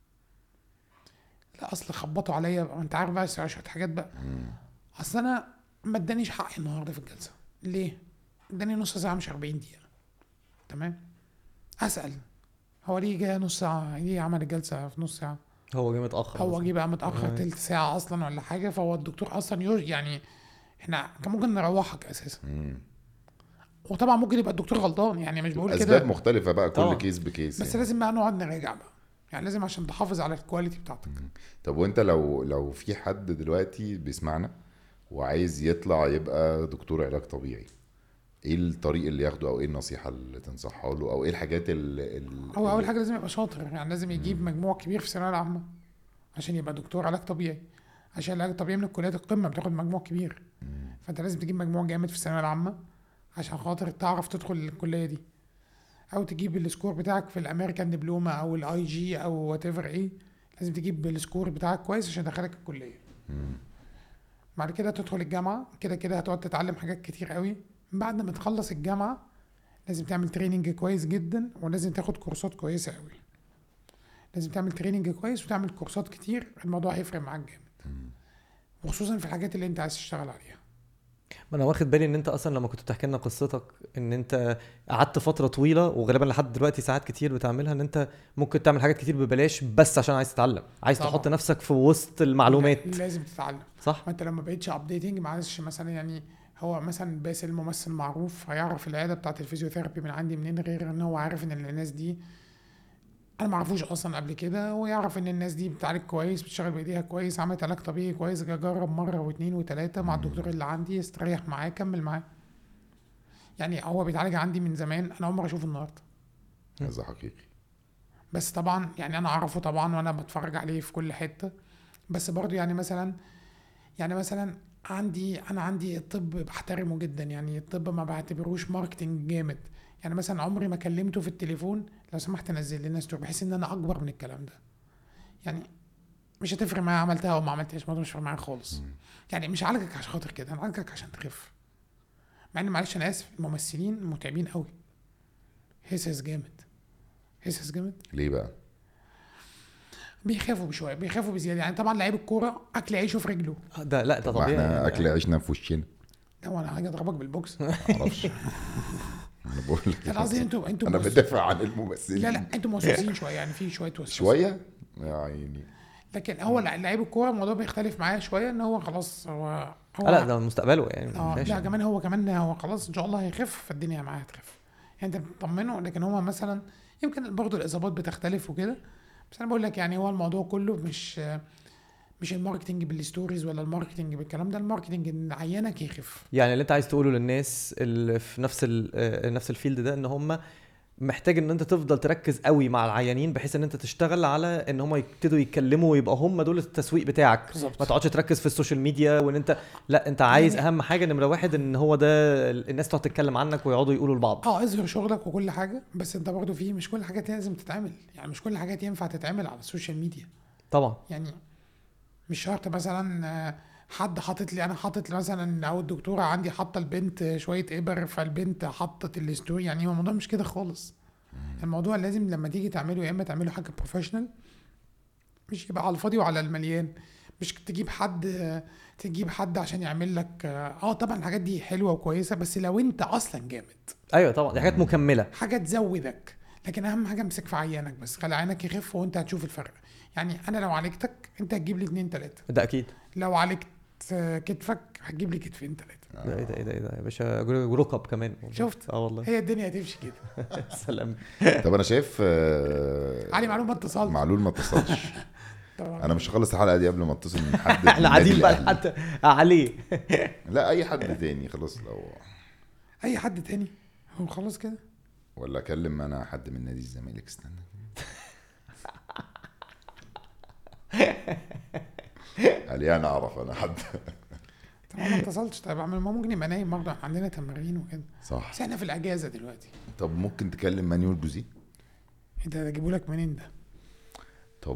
S3: لا اصل خبطوا عليا انت عارف بقى شويه حاجات بقى. اصل انا ما ادانيش حقي النهارده في الجلسه. ليه؟ اداني نص ساعه مش 40 دقيقه. تمام. اسال هو ليه جاي نص ساعه؟ ليه عمل الجلسه في نص ساعه؟
S2: هو جه متاخر،
S3: هو جه بقى متاخر تلت ساعه اصلا ولا حاجه. فهو الدكتور اصلا يعني احنا كان ممكن نروحك اساسا. وطبعا ممكن يبقى الدكتور غلطان، يعني مش بقول كده،
S1: اسباب مختلفه بقى كل
S2: طبعا.
S1: كيس بكيس
S3: بس يعني لازم بقى نقعد نراجع بقى، يعني لازم عشان تحافظ على الكواليتي بتاعتك.
S1: طب وانت لو في حد دلوقتي بيسمعنا وعايز يطلع يبقى دكتور علاج طبيعي، ايه الطريق اللي ياخده او ايه النصيحه اللي تنصحها له او ايه الحاجات
S3: هو اول حاجه لازم يبقى شاطر، يعني لازم يجيب مجموع كبير في الثانويه العامه عشان يبقى دكتور علاج طبيعي. عشان العلاج الطبيعي من الكليات القمه بتاخد مجموع كبير، فانت لازم تجيب مجموع جامد في الثانويه العامه عشان خاطر تعرف تدخل الكليه دي، او تجيب السكور بتاعك في الامريكان دبلومه او الاي جي او وات ايفر ايه. لازم تجيب السكور بتاعك كويس عشان يدخلك الكليه. بعد كده تدخل الجامعه، كده كده هتقعد تتعلم حاجات كتير قوي. بعد ما تخلص الجامعه لازم تعمل تريننج كويس جدا، ولازم تاخد كورسات كويسه قوي. لازم تعمل تريننج كويس وتعمل كورسات كتير، الموضوع هيفرق معاك جامد، وخصوصا في الحاجات اللي انت عايز تشتغل عليها.
S2: ما انا واخد بالي ان انت اصلا لما كنت بتحكي لنا قصتك ان انت قعدت فتره طويله وغالبا لحد دلوقتي ساعات كتير بتعملها، ان انت ممكن تعمل حاجات كتير ببلاش بس عشان عايز تتعلم، عايز
S3: طبعا.
S2: تحط نفسك في وسط المعلومات.
S3: لازم تتعلم.
S2: صح.
S3: ما انت لما بقيتش ابديتنج معلش مثلا يعني هو مثلا باسل الممثل معروف هيعرف العياده بتاعت الفيزيوثيرابي من عندي منين غير ان هو عارف ان الناس دي انا ما اعرفوش اصلا قبل كده، ويعرف ان الناس دي بتعالج كويس، بتشتغل بايديها كويس، عملت علاج طبيعي كويس، جرب مره واثنين وثلاثه مع الدكتور اللي عندي، استريح معاه كمل معاه. يعني هو بيتعالج عندي من زمان، انا اول مره اشوفه النهارده.
S1: هذا حقيقي.
S3: بس طبعا يعني انا اعرفه طبعا وانا بتفرج عليه في كل حته، بس برضو يعني مثلا انا عندي الطب بحترمه جدا، يعني الطب ما بعتبروش ماركتنج جامد. يعني مثلا عمري ما كلمته في التليفون لو سمحت نزل لنا ستوري، بحس ان انا اكبر من الكلام ده. يعني مش هتفرق معايا عملتها او ما عملتهاش، الموضوع مش فارق معايا خالص. يعني مش عالجك عشان خاطر كده، انا عالجك عشان تخف. مع ان معلش انا اسف الممثلين متعبين قوي، هسس جامد.
S1: ليه بقى؟
S3: بيخافوا بشويه، بيخافوا بزياده. يعني طبعا لعيب الكوره اكل عيشه في رجله.
S2: ده لا ده
S1: طب ما
S2: طبيعي
S1: احنا
S2: يعني.
S1: اكل عيشنا في وشنا.
S3: هو انا حاجه اضربك بالبوكس؟
S1: معرفش. انا بقول لك
S3: لا قصدي انتوا
S1: انا بدافع عن الممثلين.
S3: لا انتوا موسوسين شويه، يعني في شويه وسواس
S1: شويه يا عيني.
S3: لكن هو لعيب الكوره الموضوع بيختلف معاه شويه، ان هو خلاص هو
S2: لا ده مستقبله يعني.
S3: لا كمان هو خلاص ان شاء الله هيخف، فالدنيا معاه هتخف، يعني انت بتطمنه. لكن هو مثلا يمكن برضه الاصابات بتختلف وكده، بس انا بقول لك يعني هو الموضوع كله مش الماركتنج بالستوريز ولا الماركتنج بالكلام ده، الماركتنج ان عينك يخف.
S2: يعني اللي انت عايز تقوله للناس اللي في نفس الفيلد ده ان هم محتاج ان انت تفضل تركز قوي مع العيانين بحيث ان انت تشتغل على ان هم يبتدوا يتكلموا ويبقى هم دول التسويق بتاعك.
S3: بالظبط.
S2: ما تقعدش تركز في السوشيال ميديا وان انت لا، انت عايز
S3: يعني
S2: اهم حاجه نمره واحد ان هو ده الناس تقعد تتكلم عنك ويقعدوا يقولوا لبعض.
S3: اظهر شغلك وكل حاجه، بس انت برضه فيه مش كل الحاجات لازم تتعمل، يعني مش كل الحاجات ينفع تتعمل على السوشيال ميديا.
S2: طبعا.
S3: يعني مش شرط مثلا حد حاطط لي، انا حاطط مثلا او الدكتوره عندي حاطه البنت شويه ابر فالبنت حطت الستوري، يعني الموضوع مش كده خالص. الموضوع لازم لما تيجي تعمله يا اما تعمله حاجه بروفيشنال، مش يبقى على الفاضي وعلى المليان. مش تجيب حد عشان يعمل لك طبعا الحاجات دي حلوه وكويسه، بس لو انت اصلا جامد
S2: ايوه طبعا دي حاجات مكمله،
S3: حاجه تزودك. لكن اهم حاجه امسك في عيانك بس، خلي عينك يخف وانت هتشوف الفرق. يعني انا لو عالجتك انت هتجيب لي 2 3،
S2: ده اكيد.
S3: لو عالجت كتفك هتجيب لي كتفين 3.
S2: ده ايه ده يا باشا، ركب كمان.
S3: شفت؟
S2: والله
S3: هي الدنيا هتمشي كده.
S2: سلام.
S1: طب انا شايف
S3: علي معلوم ما اتصلش.
S1: معلول ما اتصلش. انا مش هخلص الحلقه دي قبل ما اتصل من حد.
S2: احنا قاعدين بقى حتى عليه.
S1: لا اي حد تاني خلاص، لو
S3: اي حد تاني هو خلاص كده.
S1: ولا اكلم انا حد من نادي الزمالك. استنى. قال لي انا اعرف انا حد.
S3: طب ما اتصلتش. طيب اعمل ما ممكن يبقى نايم برضه، عندنا تمارين وكده.
S1: صح.
S3: بس احنا في الاجازه دلوقتي.
S1: طب ممكن تكلم مانويل جوزيه.
S3: انت هتجيبه لك منين ده؟
S1: طب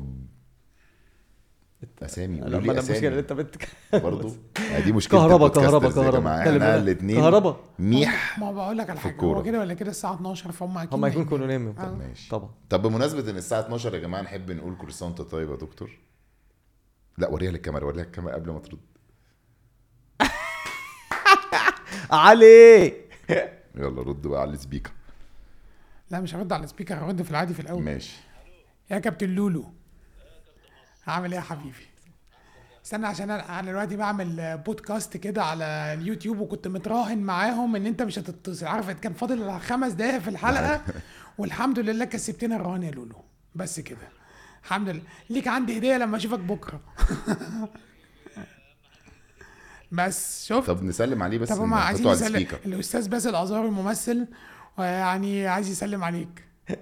S1: اسامي
S2: لما
S1: قولوا لي
S2: المشكله اللي
S1: اسامي
S2: انت
S1: برضه. دي مشكله
S2: كهربا
S1: احنا الاثنين
S2: كهربا
S1: ميح.
S3: ما بقول لك على حاجه، هو كده ولا كده الساعه 12 فهم اكيد
S2: هم يكونوا نايمين.
S1: ماشي
S2: طبعا.
S1: طب بمناسبه ان الساعه 12 يا جماعه نحب نقول كل سنه وانت طيب يا دكتور. لا وريها للكاميرا قبل ما ترد.
S2: علي
S1: يلا رد بقى على السبيكر.
S3: لا مش هرد على السبيكر، هرد في العادي في الاول.
S1: ماشي
S3: يا كابتن لولو، هعمل ايه يا حبيبي؟ استنى عشان انا دلوقتي بعمل بودكاست كده على اليوتيوب، وكنت متراهن معاهم ان انت مش هتتصل. عارف كان فاضل 5 دقايق في الحلقه والحمد لله كسبتنا الرهان يا لولو. بس كده الحمد لله. ليك عندي هديه لما اشوفك بكره. بس شفت.
S1: طب نسلم عليه بس.
S3: طب هم عايزين
S1: على
S3: يسلم
S1: السبيكر.
S3: الاستاذ باسل الازهر الممثل، يعني عايز يسلم عليك.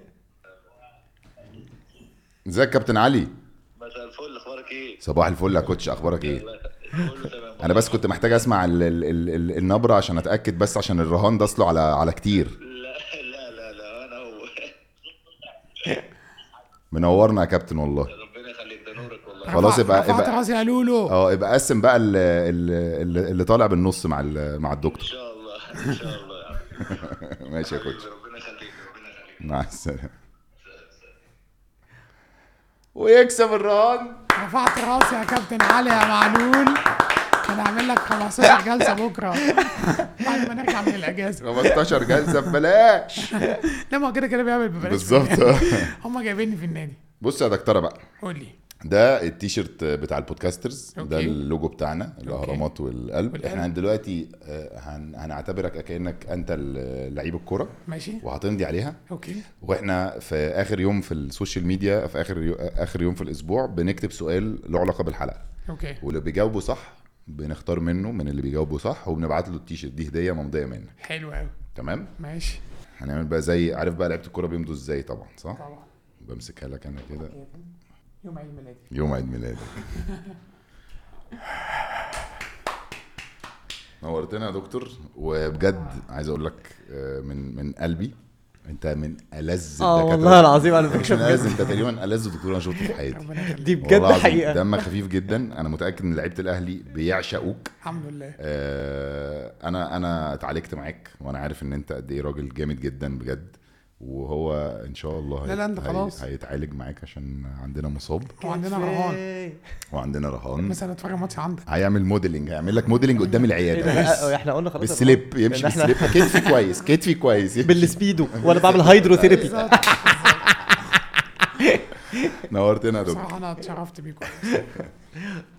S1: ازيك كابتن علي؟
S4: مساء الفل، اخبارك ايه؟
S1: صباح الفل يا كوتش، اخبارك ايه؟
S4: كله تمام.
S1: انا بس كنت محتاج اسمع النبره عشان اتاكد، بس عشان الرهان ده اصله على كتير.
S4: لا انا هو.
S1: منورنا يا كابتن والله.
S4: ربنا يخليك، ده نورك والله.
S1: خلاص
S3: رفعت راسي يا لولو.
S1: ابقى قسم بقى اللي طالع بالنص مع الدكتور.
S4: ان شاء الله ان شاء الله يا عم.
S1: ماشي يا كوتش.
S4: ربنا يخليك.
S1: مع السلامه. ويكسب الرهان.
S3: رفعت راسي يا كابتن علي يا معلول. كان انا هعمل لك 15 جلسه بكره بعد ما نرجع من الاجازه.
S1: 15 جلسه ببلاش.
S3: لا ما هو كده كده بيعمل ببلاش
S1: بالظبط.
S3: هم جايبيني في النادي.
S1: بص يا دكتوره بقى،
S3: قول لي.
S1: ده التيشيرت بتاع البودكاسترز،
S3: أوكي.
S1: ده اللوجو بتاعنا الاهرامات والقلب. احنا دلوقتي هنعتبرك كانك انت لعيب الكوره،
S3: ماشي
S1: وهتمضي عليها.
S3: اوكي.
S1: واحنا في اخر يوم في السوشيال ميديا، في اخر يوم في الاسبوع بنكتب سؤال له علاقه بالحلقه،
S3: اوكي.
S1: واللي بيجاوبه صح بنختار منه من اللي بيجاوبه صح وبنبعت له التيشيرت دي هديه ممضيه منك.
S3: حلو قوي.
S1: تمام
S3: ماشي.
S1: هنعمل بقى زي عارف بقى لعيبه الكوره بيمضوا ازاي طبعا، صح؟
S3: طبعا.
S1: بمسكها لك انا كده.
S3: يوم عيد ميلادي.
S1: يوم عيد ميلادي. نورتنا يا دكتور، وبجد عايز اقول لك من قلبي انت من ألذ الدكاتره.
S2: والله العظيم انا
S1: مش من ألذ، انت تقريبا ألذ دكتور انا شفته في حياتي.
S2: دي بجد
S1: والله العظيم
S2: حقيقه.
S1: دمك خفيف جدا. انا متاكد ان لعيبه الاهلي بيعشقوك.
S3: الحمد لله.
S1: انا اتعالجت معاك، وانا عارف ان انت قد ايه راجل جامد جدا بجد، وهو ان شاء الله
S3: لا انت خلاص
S1: هيتعالج معاك عشان عندنا مصاب
S3: وعندنا رهان مثلا اتفرج ماتش عندك.
S1: هيعمل موديلنج، هيعمل لك موديلنج قدام العياده.
S2: احنا قلنا خلاص
S1: بالسليب، يمشي بالسليب، كتفي كويس كتفي كويس
S2: بالسبيدو وانا بعمل هيدروثيرابي.
S1: نورتنا يا دكتور.
S3: بصراحه انا اتشرفت بيكم.